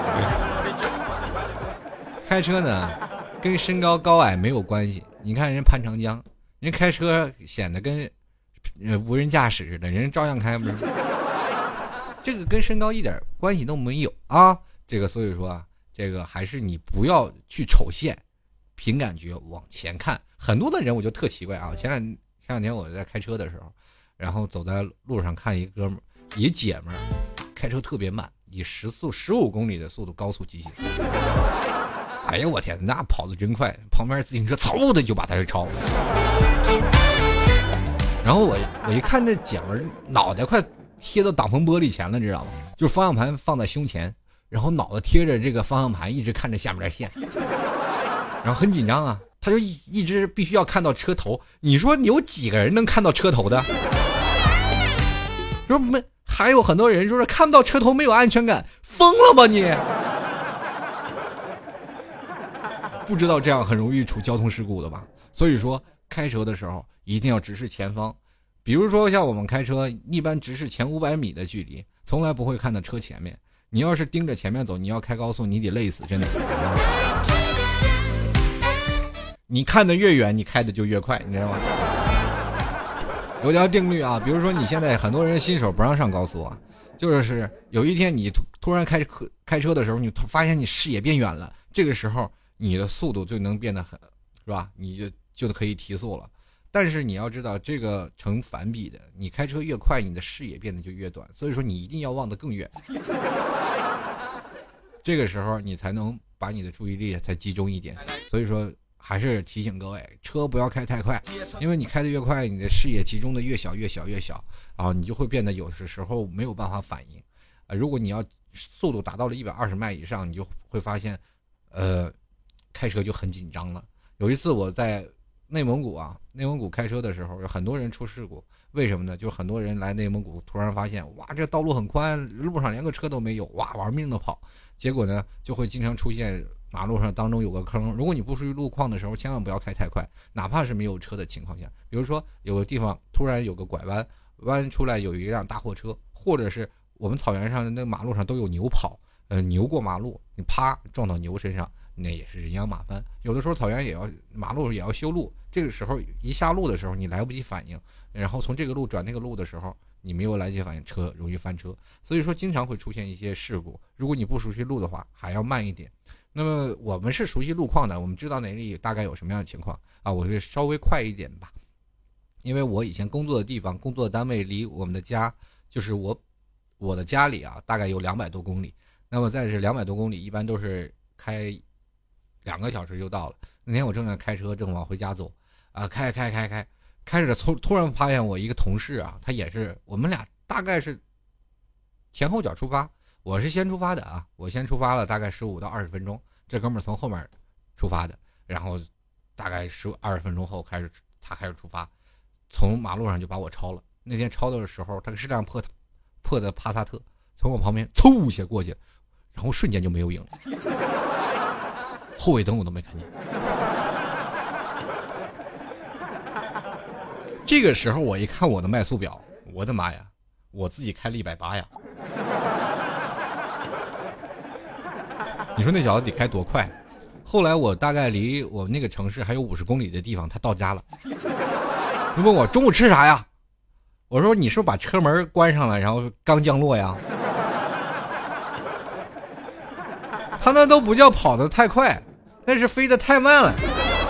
开车呢，跟身高高矮没有关系。你看人潘长江，人开车显得跟无人驾驶似的，人照样开不是？这个跟身高一点关系都没有啊。这个所以说啊，这个还是你不要去瞅线，凭感觉往前看。很多的人我就特奇怪啊，前两前两天我在开车的时候，然后走在路上看一哥们儿一姐们儿开车特别慢，以时速十五公里的速度高速疾行。哎呀我天，那跑得真快，旁边自行车嗖的就把他给超了。 然后我我一看这姐们儿脑袋快贴到挡风玻璃前了，知道吗？就是方向盘放在胸前，然后脑袋贴着这个方向盘，一直看着下面的线，然后很紧张啊。他就一一直必须要看到车头。你说有几个人能看到车头的？说没，还有很多人说是看不到车头没有安全感，疯了吧你？不知道这样很容易出交通事故的吧？所以说开车的时候一定要直视前方。比如说像我们开车一般直视前五百米的距离，从来不会看到车前面。你要是盯着前面走，你要开高速你得累死，真的。你看得越远你开的就越快，你知道吗？有条定律啊，比如说你现在很多人新手不让上高速啊，就是有一天你突突然开开车的时候，你发现你视野变远了，这个时候你的速度就能变得很，是吧？你就就可以提速了。但是你要知道这个成反比的，你开车越快你的视野变得就越短，所以说你一定要望得更远。这个时候你才能把你的注意力才集中一点。所以说还是提醒各位，车不要开太快，因为你开得越快，你的视野集中的越小越小越小啊，你就会变得有的时候没有办法反应啊。如果你要速度达到了一百二十迈以上，你就会发现呃开车就很紧张了。有一次我在内蒙古啊，内蒙古开车的时候，有很多人出事故，为什么呢？就很多人来内蒙古，突然发现，哇，这道路很宽，路上连个车都没有，哇，玩命的跑，结果呢，就会经常出现马路上当中有个坑。如果你不属于路况的时候，千万不要开太快，哪怕是没有车的情况下，比如说有个地方突然有个拐弯，弯出来有一辆大货车，或者是我们草原上的那个马路上都有牛跑，呃，牛过马路，你啪撞到牛身上，那也是人仰马翻。有的时候草原也要马路也要修路，这个时候一下路的时候你来不及反应，然后从这个路转那个路的时候你没有来及反应，车容易翻车。所以说经常会出现一些事故，如果你不熟悉路的话还要慢一点。那么我们是熟悉路况的，我们知道哪里大概有什么样的情况啊，我会稍微快一点吧。因为我以前工作的地方工作的单位离我们的家，就是我我的家里啊大概有两百多公里，那么在这两百多公里一般都是开两个小时就到了。那天我正在开车正往回家走啊，开开开开开着突突然发现我一个同事啊，他也是我们俩大概是前后脚出发，我是先出发的啊，我先出发了大概十五到二十分钟，这哥们儿从后面出发的，然后大概十二十分钟后开始他开始出发，从马路上就把我超了。那天超的时候他是辆破破的帕萨特，从我旁边嗖一下过去，然后瞬间就没有影了，后尾灯我都没看见。这个时候我一看我的迈速表，我的妈呀，我自己开了一百八呀！你说那小子得开多快？后来我大概离我那个城市还有五十公里的地方，他到家了。你问我中午吃啥呀？我说你是不是把车门关上了，然后刚降落呀？他那都不叫跑得太快，那是飞得太慢了。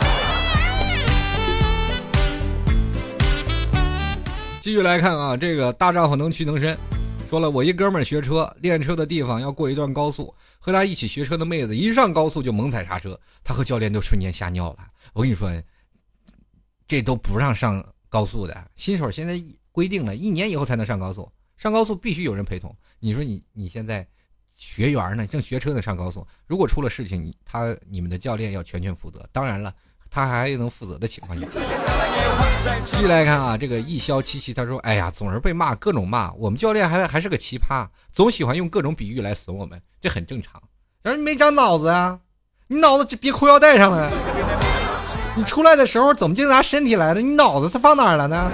继续来看啊，这个大丈夫能屈能伸，说了我一哥们儿学车，练车的地方要过一段高速，和他一起学车的妹子一上高速就猛踩刹车，他和教练都瞬间吓尿了。我跟你说，这都不让上高速的，新手现在规定了一年以后才能上高速，上高速必须有人陪同。你说你你现在学员呢，正学车呢，上高速，如果出了事情，他你们的教练要全权负责。当然了，他还能负责的情况下。继续来看啊，这个一消七七他说，哎呀，总是被骂，各种骂，我们教练还还是个奇葩，总喜欢用各种比喻来损我们，这很正常。但是你没长脑子啊，你脑子别裤腰带上了，你出来的时候怎么就拿身体来的？你脑子是放哪儿了呢？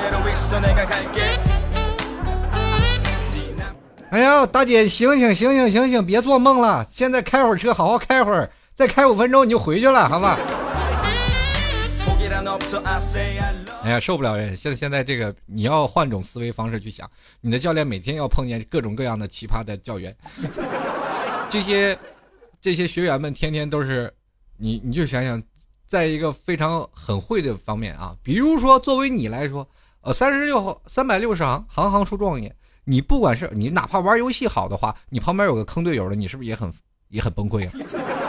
哎呀，大姐，醒醒醒醒醒醒，别做梦了，现在开会儿车，好好开会儿，再开五分钟你就回去了，好吧？哎呀，受不了人！现在现在这个你要换种思维方式去想，你的教练每天要碰见各种各样的奇葩的教员，这些这些学员们天天都是你，你就想想，在一个非常很会的方面啊，比如说作为你来说，呃，三十六三百六十行，行行出状元。你不管是你哪怕玩游戏好的话，你旁边有个坑队友的，你是不是也很也很崩溃啊？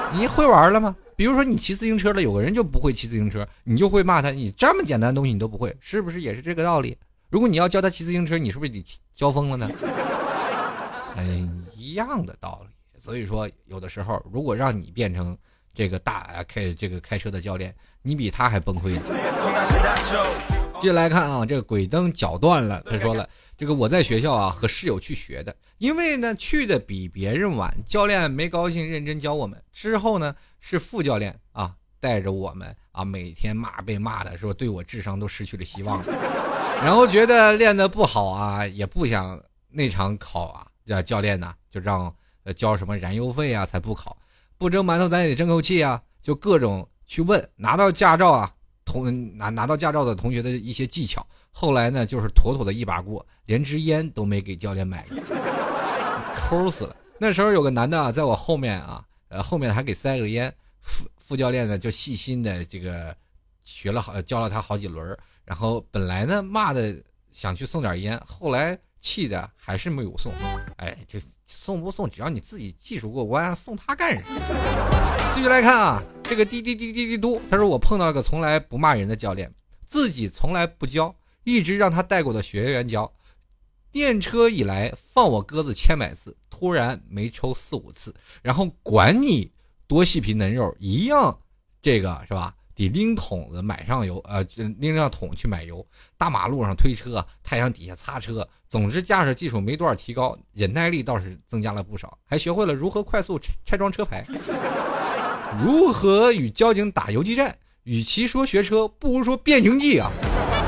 你会玩了吗？比如说你骑自行车的，有个人就不会骑自行车，你就会骂他，你这么简单的东西你都不会，是不是也是这个道理？如果你要教他骑自行车，你是不是得教疯了呢？哎，一样的道理。所以说，有的时候如果让你变成这个大开这个开车的教练，你比他还崩溃呢。接下来看啊，这个鬼灯绞断了。他说了，这个我在学校啊和室友去学的，因为呢去的比别人晚，教练没高兴，认真教我们。之后呢是副教练啊带着我们啊，每天骂被骂的说对我智商都失去了希望了。然后觉得练得不好啊，也不想那场考啊，叫教练呢、啊、就让呃交什么燃油费啊才不考，不蒸馒头咱也得争口气啊，就各种去问，拿到驾照啊。同拿拿到驾照的同学的一些技巧，后来呢就是妥妥的一把过，连支烟都没给教练买，抠死了。那时候有个男的啊，在我后面啊，呃后面还给塞了烟，副副教练呢就细心的这个学了好教了他好几轮，然后本来呢骂的想去送点烟，后来气的还是没有送。哎，这送不送只要你自己技术过关，送他干什么？继续来看啊，这个滴滴滴滴滴嘟，他说我碰到一个从来不骂人的教练，自己从来不教，一直让他带过的学员教。练车以来放我鸽子千百次，突然没抽四五次，然后管你多细皮嫩肉一样，这个是吧？得拎桶子买上油，呃，拎上桶去买油，大马路上推车，太阳底下擦车，总之驾驶技术没多少提高，忍耐力倒是增加了不少，还学会了如何快速拆装车牌，如何与交警打游击战。与其说学车，不如说变形记啊！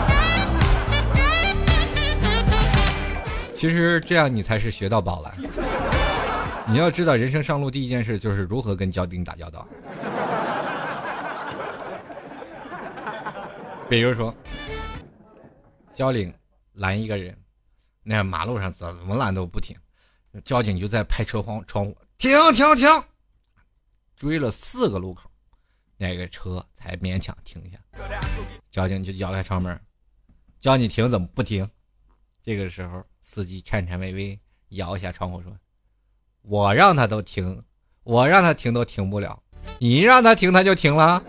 其实这样你才是学到宝了。你要知道，人生上路第一件事就是如何跟交警打交道。比如说交警拦一个人，那马路上怎么拦都不停，交警就在拍车窗窗户，停停停，追了四个路口，那个车才勉强停下。交警就摇开窗门，叫你停怎么不停？这个时候司机颤颤巍巍摇一下窗户说，我让他都停，我让他停都停不了，你让他停他就停了。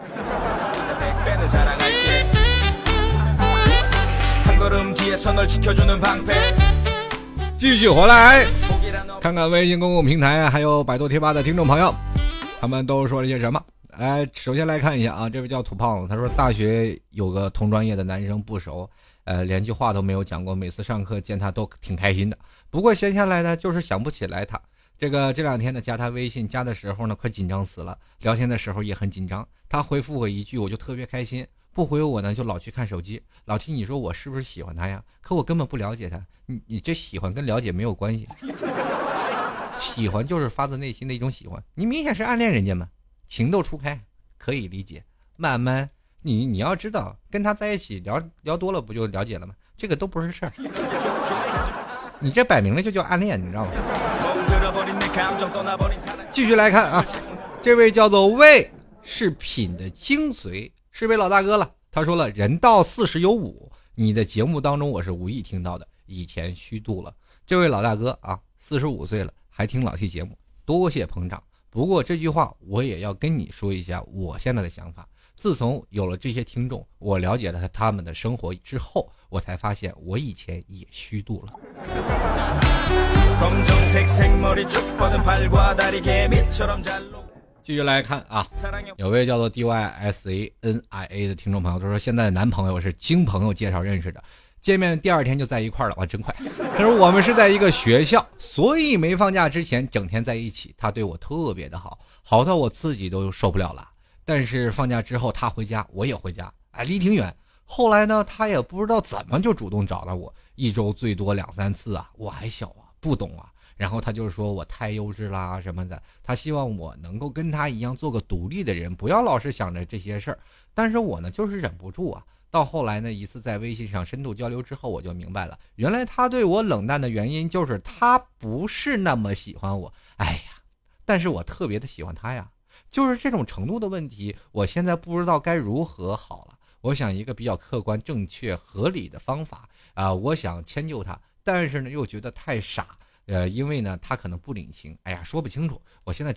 继续回来看看微信公共平台还有百度贴吧的听众朋友，他们都说了些什么。哎，首先来看一下啊，这位叫土胖子，他说大学有个同专业的男生不熟，呃，连句话都没有讲过，每次上课见他都挺开心的，不过闲下来呢就是想不起来他。这个这两天呢加他微信，加的时候呢快紧张死了，聊天的时候也很紧张，他回复我一句我就特别开心，不回我呢就老去看手机，老听你说我是不是喜欢他呀？可我根本不了解他，你你这喜欢跟了解没有关系，喜欢就是发自内心的一种喜欢，你明显是暗恋人家嘛，情窦初开可以理解，慢慢你你要知道跟他在一起聊聊多了不就了解了吗？这个都不是事儿，你这摆明了就叫暗恋，你知道吗？继续来看啊，这位叫做魏是品的精髓，是位老大哥了。他说了，人到四十有五，你的节目当中我是无意听到的，以前虚度了。这位老大哥啊，四十五岁了还听老 T 节目，多谢捧场。不过这句话我也要跟你说一下我现在的想法，自从有了这些听众，我了解了他们的生活之后，我才发现我以前也虚度了。继续来看啊，有位叫做 D Y S A N I A 的听众朋友，他说现在的男朋友是经朋友介绍认识的，见面第二天就在一块了，哇，真快。他说我们是在一个学校，所以没放假之前整天在一起，他对我特别的好，好到我自己都受不了了。但是放假之后他回家，我也回家，哎，离挺远。后来呢，他也不知道怎么就主动找到我，一周最多两三次啊，我还小啊，不懂啊。然后他就说我太幼稚啦什么的，他希望我能够跟他一样做个独立的人，不要老是想着这些事儿。但是我呢就是忍不住啊。到后来呢，一次在微信上深度交流之后，我就明白了，原来他对我冷淡的原因就是他不是那么喜欢我。哎呀，但是我特别的喜欢他呀，就是这种程度的问题，我现在不知道该如何好了。我想一个比较客观、正确、合理的方法啊、呃，我想迁就他，但是呢又觉得太傻。呃，因为呢，他可能不领情，哎呀，说不清楚。我现在真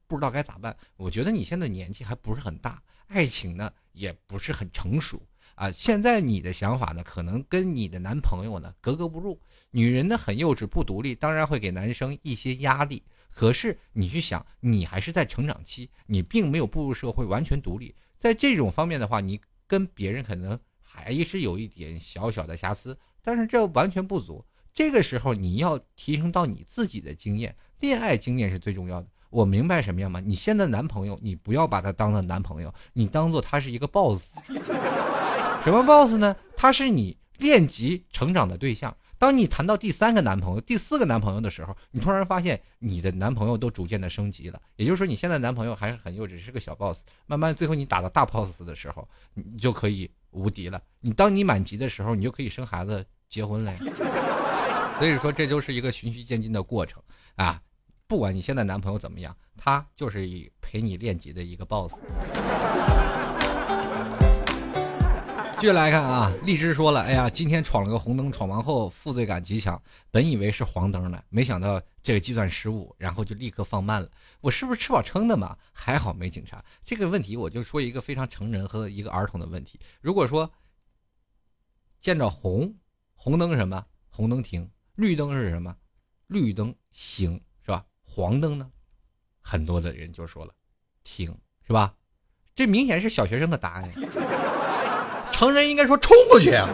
不知道该咋办。我觉得你现在年纪还不是很大，爱情呢也不是很成熟啊。现在你的想法呢，可能跟你的男朋友呢格格不入。女人呢很幼稚不独立，当然会给男生一些压力。可是你去想，你还是在成长期，你并没有步入社会完全独立，在这种方面的话，你跟别人可能还是有一点小小的瑕疵，但是这完全不足。这个时候你要提升到你自己的经验，恋爱经验是最重要的。我明白什么样吗？你现在男朋友，你不要把他当做男朋友，你当做他是一个 boss。 什么 boss 呢？他是你练级成长的对象。当你谈到第三个男朋友、第四个男朋友的时候，你突然发现你的男朋友都逐渐的升级了，也就是说你现在男朋友还是很幼稚，是个小 boss， 慢慢最后你打到大 boss 的时候，你就可以无敌了。你当你满级的时候，你就可以生孩子结婚了呀。所以说这就是一个循序渐进的过程啊！不管你现在男朋友怎么样，他就是以陪你练级的一个 boss。继续来看啊，荔枝说了，哎呀，今天闯了个红灯，闯完后负罪感极强，本以为是黄灯呢，没想到这个计算失误，然后就立刻放慢了。我是不是吃饱撑的嘛？还好没警察。这个问题我就说一个非常成人和一个儿童的问题。如果说见着红红灯是什么？红灯停。绿灯是什么？绿灯行，是吧？黄灯呢？很多的人就说了停，是吧？这明显是小学生的答案。成人应该说冲过去啊。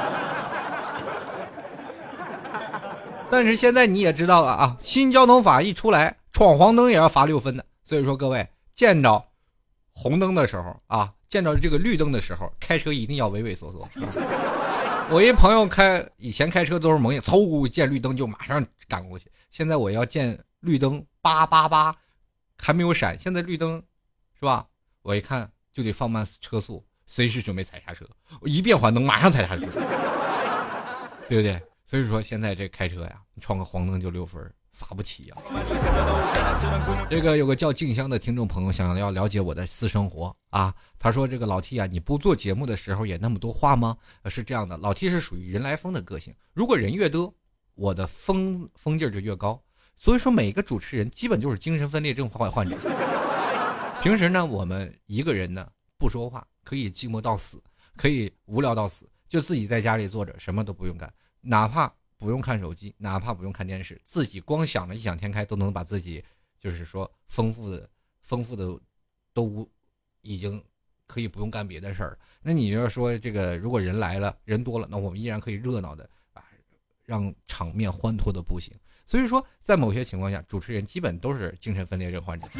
但是现在你也知道了啊，新交通法一出来，闯黄灯也要罚六分的。所以说各位，见着红灯的时候啊，见着这个绿灯的时候，开车一定要畏畏缩缩。我一朋友开以前开车都是蒙眼，嗖见绿灯就马上赶过去。现在我要见绿灯叭叭叭还没有闪，现在绿灯是吧？我一看就得放慢车速，随时准备踩刹车。我一变黄灯马上踩刹车，对不对？所以说现在这开车呀，闯个黄灯就六分，罚不起呀。这个有个叫静香的听众朋友想要了解我的私生活啊，他说这个老 T 啊，你不做节目的时候也那么多话吗？是这样的，老 T 是属于人来疯的个性，如果人越多，我的疯疯劲儿就越高。所以说每个主持人基本就是精神分裂症患患者。平时呢，我们一个人呢不说话，可以寂寞到死，可以无聊到死，就自己在家里坐着，什么都不用干，哪怕不用看手机，哪怕不用看电视，自己光想着异想天开，都能把自己就是说丰富的丰富的都已经可以不用干别的事儿。那你要说这个如果人来了人多了，那我们依然可以热闹的啊，让场面欢脱的不行。所以说在某些情况下，主持人基本都是精神分裂症患者。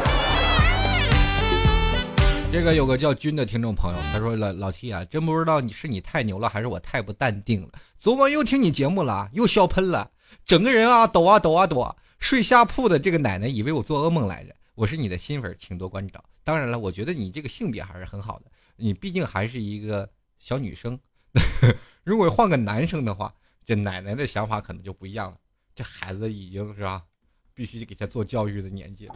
这个有个叫君的听众朋友，他说老老 T 啊，真不知道你是你太牛了，还是我太不淡定了。昨晚又听你节目了，又笑喷了，整个人啊抖啊抖啊抖，睡下铺的这个奶奶以为我做噩梦来着。我是你的新粉，请多关照。当然了，我觉得你这个性别还是很好的，你毕竟还是一个小女生。如果换个男生的话，这奶奶的想法可能就不一样了。这孩子已经是吧，必须给他做教育的年纪了。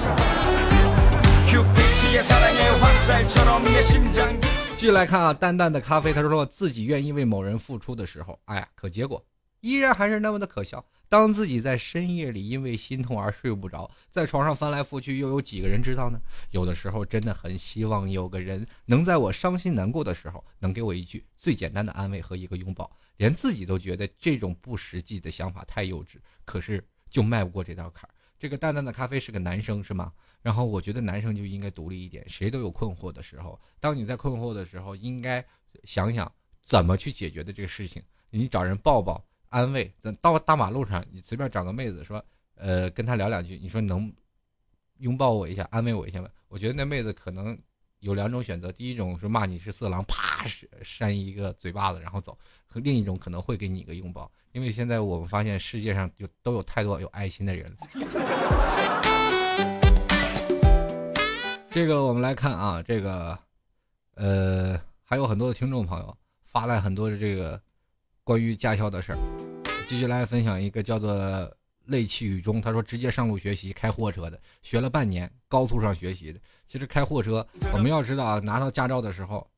继续来看啊，淡淡的咖啡，他说自己愿意为某人付出的时候，哎呀，可结果依然还是那么的可笑。当自己在深夜里因为心痛而睡不着，在床上翻来覆去，又有几个人知道呢？有的时候真的很希望有个人能在我伤心难过的时候，能给我一句最简单的安慰和一个拥抱。连自己都觉得这种不实际的想法太幼稚，可是就迈不过这道坎儿。这个淡淡的咖啡是个男生是吗？然后我觉得男生就应该独立一点，谁都有困惑的时候，当你在困惑的时候，应该想想怎么去解决的这个事情。你找人抱抱安慰，到大马路上你随便找个妹子说呃，跟她聊两句，你说能拥抱我一下安慰我一下吗？我觉得那妹子可能有两种选择，第一种是骂你是色狼，啪扇一个嘴巴子然后走，和另一种可能会给你一个拥抱。因为现在我们发现世界上有都有太多有爱心的人了。这个我们来看啊，这个呃还有很多的听众朋友发来很多的这个关于驾校的事儿。继续来分享一个叫做泪泣雨中，他说直接上路学习开货车的，学了半年，高速上学习的。其实开货车我们要知道啊，拿到驾照的时候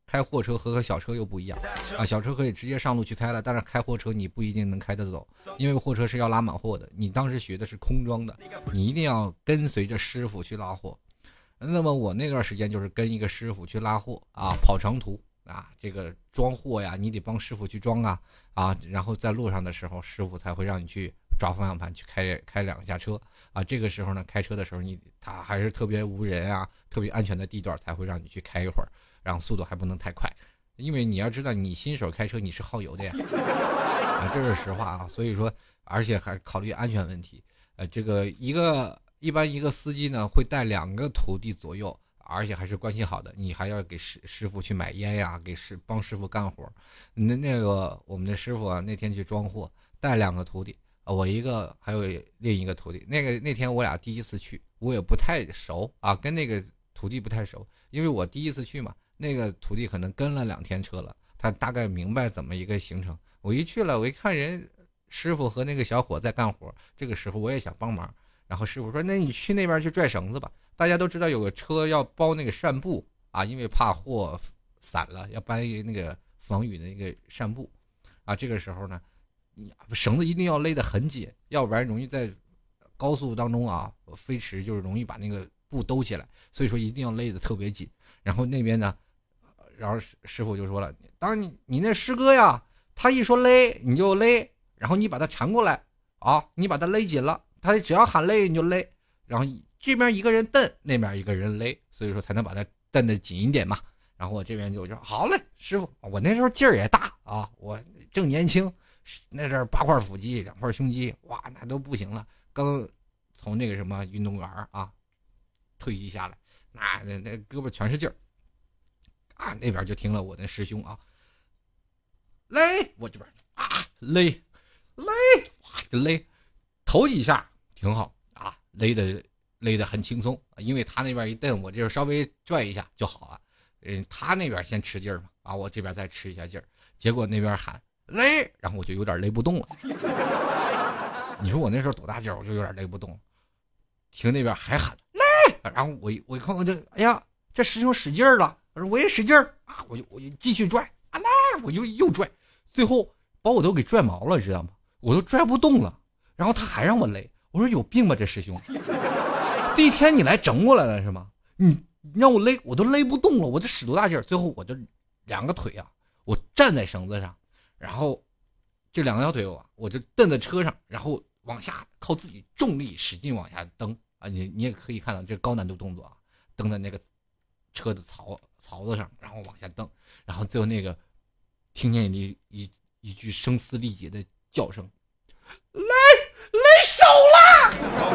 开货车和和小车又不一样啊，小车可以直接上路去开了，但是开货车你不一定能开得走，因为货车是要拉满货的。你当时学的是空装的，你一定要跟随着师傅去拉货。那么我那段时间就是跟一个师傅去拉货啊，跑长途啊，这个装货呀，你得帮师傅去装啊啊，然后在路上的时候，师傅才会让你去抓方向盘去开开两下车啊。这个时候呢，开车的时候你他还是特别无人啊，特别安全的地段才会让你去开一会儿。然后速度还不能太快，因为你要知道你新手开车你是耗油的呀，啊，这是实话啊。所以说，而且还考虑安全问题，呃，这个一个一般一个司机呢会带两个徒弟左右，而且还是关系好的，你还要给师师傅去买烟呀，给师帮师傅干活。那那个我们的师傅啊，那天去装货，带两个徒弟，我一个还有另一个徒弟。那个那天我俩第一次去，我也不太熟啊，跟那个徒弟不太熟，因为我第一次去嘛。那个徒弟可能跟了两天车了，他大概明白怎么一个行程。我一去了，我一看人师傅和那个小伙在干活，这个时候我也想帮忙。然后师傅说：“那你去那边去拽绳子吧。”大家都知道有个车要包那个扇布啊，因为怕货散了，要搬一个那个防雨的那个扇布啊。这个时候呢，绳子一定要勒得很紧，要不然容易在高速当中啊飞驰，就是容易把那个布兜起来。所以说一定要勒得特别紧。然后那边呢。然后师傅就说了，当你你那师哥呀，他一说勒你就勒，然后你把他缠过来啊，你把他勒紧了，他只要喊勒你就勒，然后这边一个人蹬，那边一个人勒，所以说才能把他蹬得紧一点嘛。然后我这边就说好嘞，师傅，我那时候劲儿也大啊，我正年轻，那阵八块腹肌两块胸肌，哇，那都不行了，刚从那个什么运动员啊退役下来，那那那胳膊全是劲儿。啊，那边就听了我的师兄啊，勒，我这边啊勒勒，哇就勒，头几下挺好啊，勒的勒得很轻松，因为他那边一蹬，我这稍微拽一下就好了。嗯，他那边先吃劲儿嘛，啊，我这边再吃一下劲儿，结果那边喊勒，然后我就有点勒不动了。你说我那时候多大劲儿，我就有点勒不动了。听那边还喊勒，然后我我一看我就，哎呀，这师兄使劲儿了。我说我也使劲儿啊，我就我就继续拽啊，来，我就又拽，最后把我都给拽毛了，知道吗？我都拽不动了。然后他还让我勒，我说有病吧这师兄，第一天你来整我来了是吗？你让我勒，我都勒不动了，我这使多大劲儿？最后我就两个腿啊，我站在绳子上，然后这两条腿我我就蹬在车上，然后往下靠自己重力使劲往下蹬啊！你你也可以看到这高难度动作啊，蹬在那个车的槽槽子上，然后往下蹬，然后最后那个听见一一一句声嘶力竭的叫声，勒勒手了！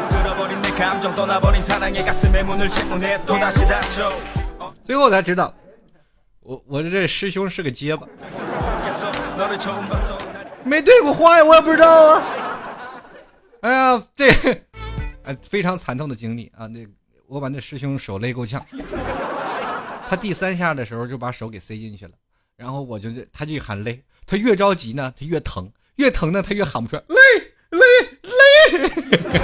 最后我才知道，我我这师兄是个结巴，没对过话呀，我也不知道啊。哎呀，这哎非常惨痛的经历啊！那我把那师兄手勒够呛。他第三下的时候就把手给塞进去了，然后我就他就喊勒，他越着急呢，他越疼，越疼呢，他越喊不出来，勒勒勒。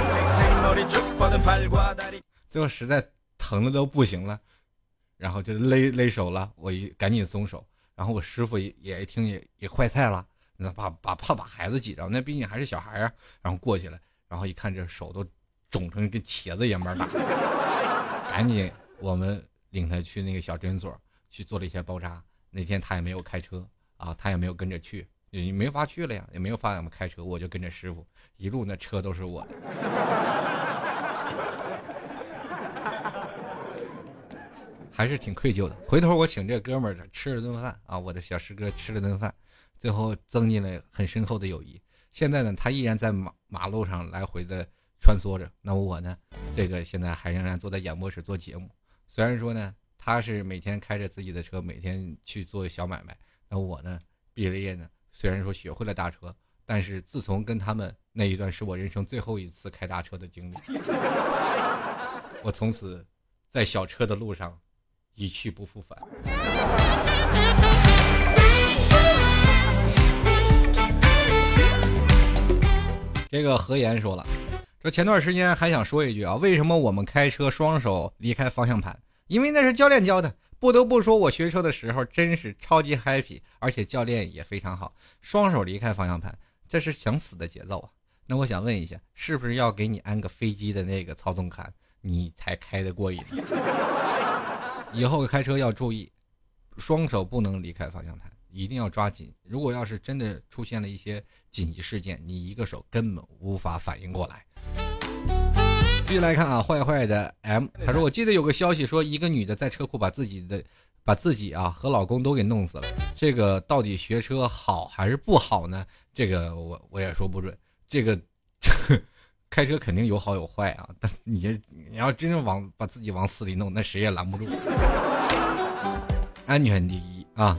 最后实在疼的都不行了，然后就勒勒手了，我一赶紧松手，然后我师傅也也一听也也坏菜了，那把把怕把孩子挤着，那毕竟还是小孩啊，然后过去了，然后一看这手都肿成跟茄子一样大，赶紧我们领他去那个小诊所去做了一些包扎。那天他也没有开车啊，他也没有跟着去，也没法去了呀，也没有法我们开车，我就跟着师傅一路那车都是我的。还是挺愧疚的。回头我请这哥们儿吃了顿饭啊，我的小师哥吃了顿饭，最后增进了很深厚的友谊。现在呢，他依然在马马路上来回的穿梭着，那我呢，这个现在还仍然坐在演播室做节目。虽然说呢，他是每天开着自己的车，每天去做小买卖，那我呢，毕了业呢，虽然说学会了大车，但是自从跟他们那一段是我人生最后一次开大车的经历，我从此在小车的路上一去不复返。这个何言说了，说前段时间还想说一句啊，为什么我们开车双手离开方向盘？因为那是教练教的， 不得不说，我学车的时候真是超级 happy， 而且教练也非常好，双手离开方向盘，这是想死的节奏啊！那我想问一下，是不是要给你安个飞机的那个操纵杆，你才开得过瘾？以后开车要注意，双手不能离开方向盘，一定要抓紧。如果要是真的出现了一些紧急事件，你一个手根本无法反应过来。继续来看啊，坏坏的 M， 他说我记得有个消息说，一个女的在车库把自己的把自己啊和老公都给弄死了。这个到底学车好还是不好呢？这个我我也说不准。这个开车肯定有好有坏啊，但你你要真正往把自己往死里弄，那谁也拦不住。安全第一啊！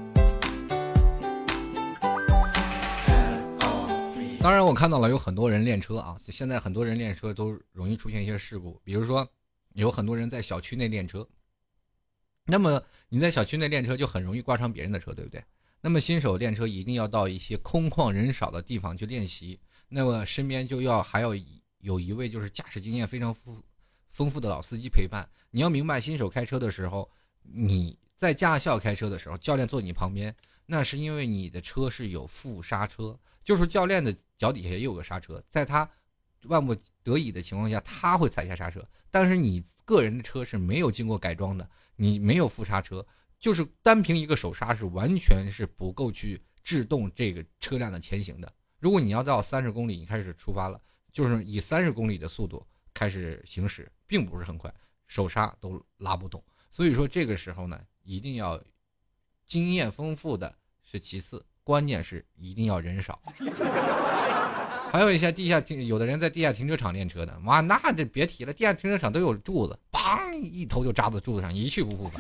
当然我看到了有很多人练车啊，现在很多人练车都容易出现一些事故，比如说有很多人在小区内练车，那么你在小区内练车就很容易刮伤别人的车，对不对？那么新手练车一定要到一些空旷人少的地方去练习，那么身边就要还要有一位就是驾驶经验非常丰富的老司机陪伴。你要明白，新手开车的时候，你在驾校开车的时候，教练坐你旁边，那是因为你的车是有副刹车，就是教练的脚底下也有个刹车，在他万不得已的情况下，他会踩下刹车。但是你个人的车是没有经过改装的，你没有副刹车，就是单凭一个手刹是完全是不够去制动这个车辆的前行的。如果你要到三十公里，你开始出发了，就是以三十公里的速度开始行驶，并不是很快，手刹都拉不动。所以说这个时候呢，一定要经验丰富的是其次，关键是一定要人少。还有一些地下停，有的人在地下停车场练车的，哇，那这别提了，地下停车场都有柱子，梆一头就扎到柱子上，一去不复返。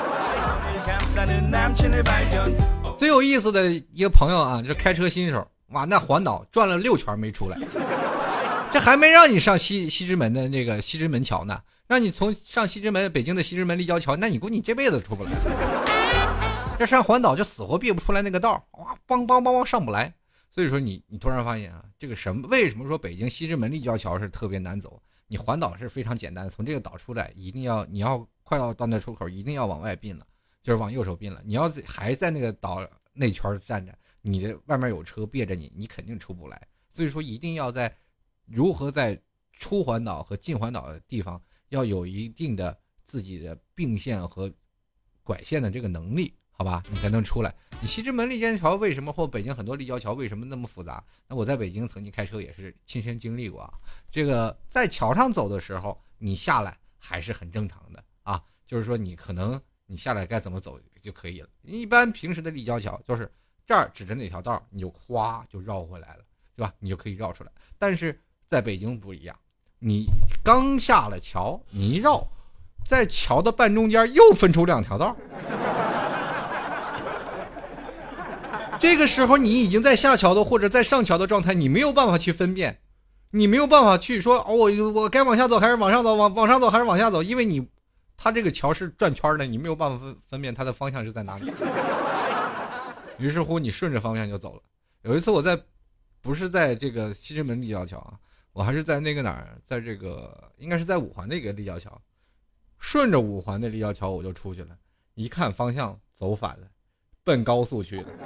最有意思的一个朋友啊，就是开车新手，哇，那环岛转了六圈没出来，这还没让你上西西直门的那个西直门桥呢，让你从上西直门北京的西直门立交桥，那你估计你这辈子出不来。这上环岛就死活避不出来那个道，哇，梆梆梆梆上不来。所以说你你突然发现啊，这个什么为什么说北京西直门立交桥是特别难走？你环岛是非常简单，从这个岛出来，一定要你要快要到那出口，一定要往外并了，就是往右手并了。你要还在那个岛内圈站着，你的外面有车别着你，你肯定出不来。所以说一定要在如何在出环岛和进环岛的地方要有一定的自己的并线和拐线的这个能力。好吧，你才能出来。你西直门立交桥为什么或北京很多立交桥为什么那么复杂？那我在北京曾经开车也是亲身经历过啊。这个在桥上走的时候，你下来还是很正常的啊，就是说你可能你下来该怎么走就可以了。一般平时的立交桥就是这儿指着哪条道，你就哗就绕回来了，对吧？你就可以绕出来。但是在北京不一样，你刚下了桥，你一绕，在桥的半中间又分出两条道。这个时候你已经在下桥的或者在上桥的状态，你没有办法去分辨，你没有办法去说哦，我我该往下走还是往上走，往往上走还是往下走，因为你它这个桥是转圈的，你没有办法分分辨它的方向是在哪里。于是乎你顺着方向就走了。有一次我在不是在这个西直门立交桥啊，我还是在那个哪儿，在这个应该是在五环那个立交桥，顺着五环的立交桥我就出去了，一看方向走反了，奔高速去了。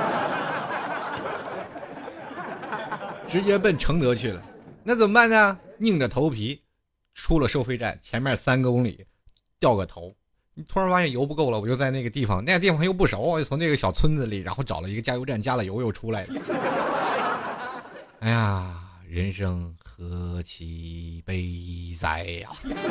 直接奔承德去了，那怎么办呢？硬着头皮出了收费站，前面三个公里掉个头，你突然发现油不够了，我就在那个地方，那个地方又不熟，我就从那个小村子里，然后找了一个加油站，加了油又出来了。哎呀，人生何其悲哉呀！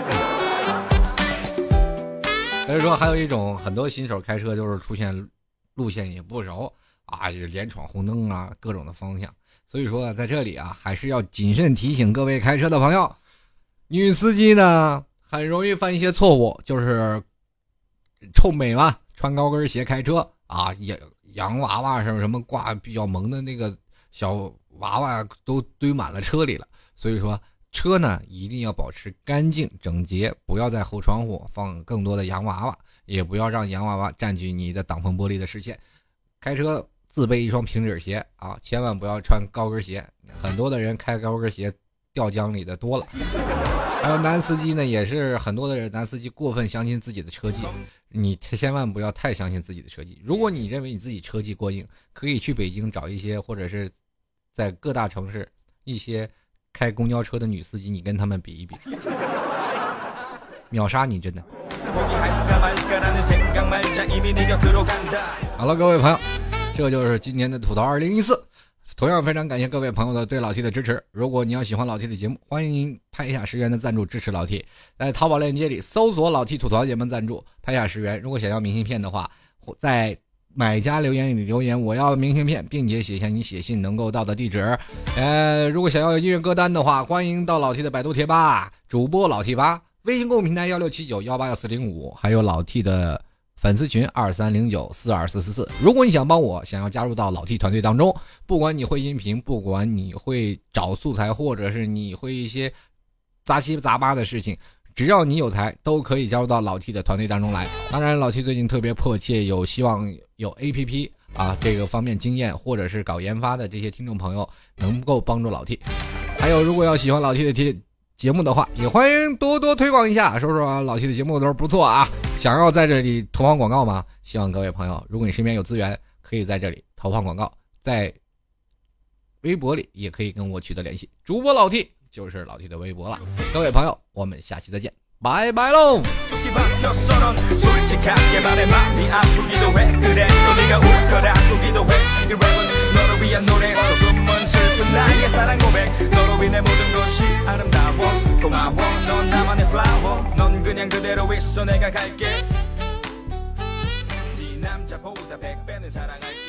所以说还有一种很多新手开车就是出现路线也不熟啊，就是连闯红灯啊，各种的方向。所以说在这里啊，还是要谨慎提醒各位开车的朋友，女司机呢很容易犯一些错误，就是臭美嘛，穿高跟鞋开车啊，洋娃娃什么什么挂比较萌的那个小娃娃都堆满了车里了。所以说车呢一定要保持干净整洁，不要在后窗户放更多的洋娃娃，也不要让洋娃娃占据你的挡风玻璃的视线。开车自备一双平底鞋啊，千万不要穿高跟鞋，很多的人开高跟鞋掉江里的多了。 还有男司机呢，也是很多的人男司机过分相信自己的车技，你千万不要太相信自己的车技。如果你认为你自己车技过硬，可以去北京找一些，或者是在各大城市一些开公交车的女司机，你跟他们比一比，秒杀你真的。好了，各位朋友，这就是今年的吐槽二零一四。同样非常感谢各位朋友的对老 T 的支持。如果你要喜欢老 T 的节目，欢迎您拍下十元的赞助支持老 T， 在淘宝链接里搜索老 T 吐槽节目赞助，拍下十元。如果想要明信片的话，在买家留言里留言我要明信片，并且写下你写信能够到的地址。呃，如果想要音乐歌单的话，欢迎到老 T 的百度贴吧主播老 T 吧，微信公众平台幺六七九幺八幺四零五，还有老 T 的粉丝群二三零九四二四四四。如果你想帮我，想要加入到老 T 团队当中，不管你会音频，不管你会找素材，或者是你会一些杂七杂八的事情，只要你有才，都可以加入到老 T 的团队当中来。当然老 T 最近特别迫切有希望有 A P P 啊这个方面经验，或者是搞研发的这些听众朋友能够帮助老 T。 还有如果要喜欢老 T 的贴节目的话，也欢迎多多推广一下，说说老 T 的节目都是不错啊。想要在这里投放广告吗？希望各位朋友，如果你身边有资源，可以在这里投放广告，在微博里也可以跟我取得联系，主播老 T 就是老 T 的微博了。各位朋友，我们下期再见，拜拜喽。넌그냥그대로있어내가갈게네남자보다백배는사랑할게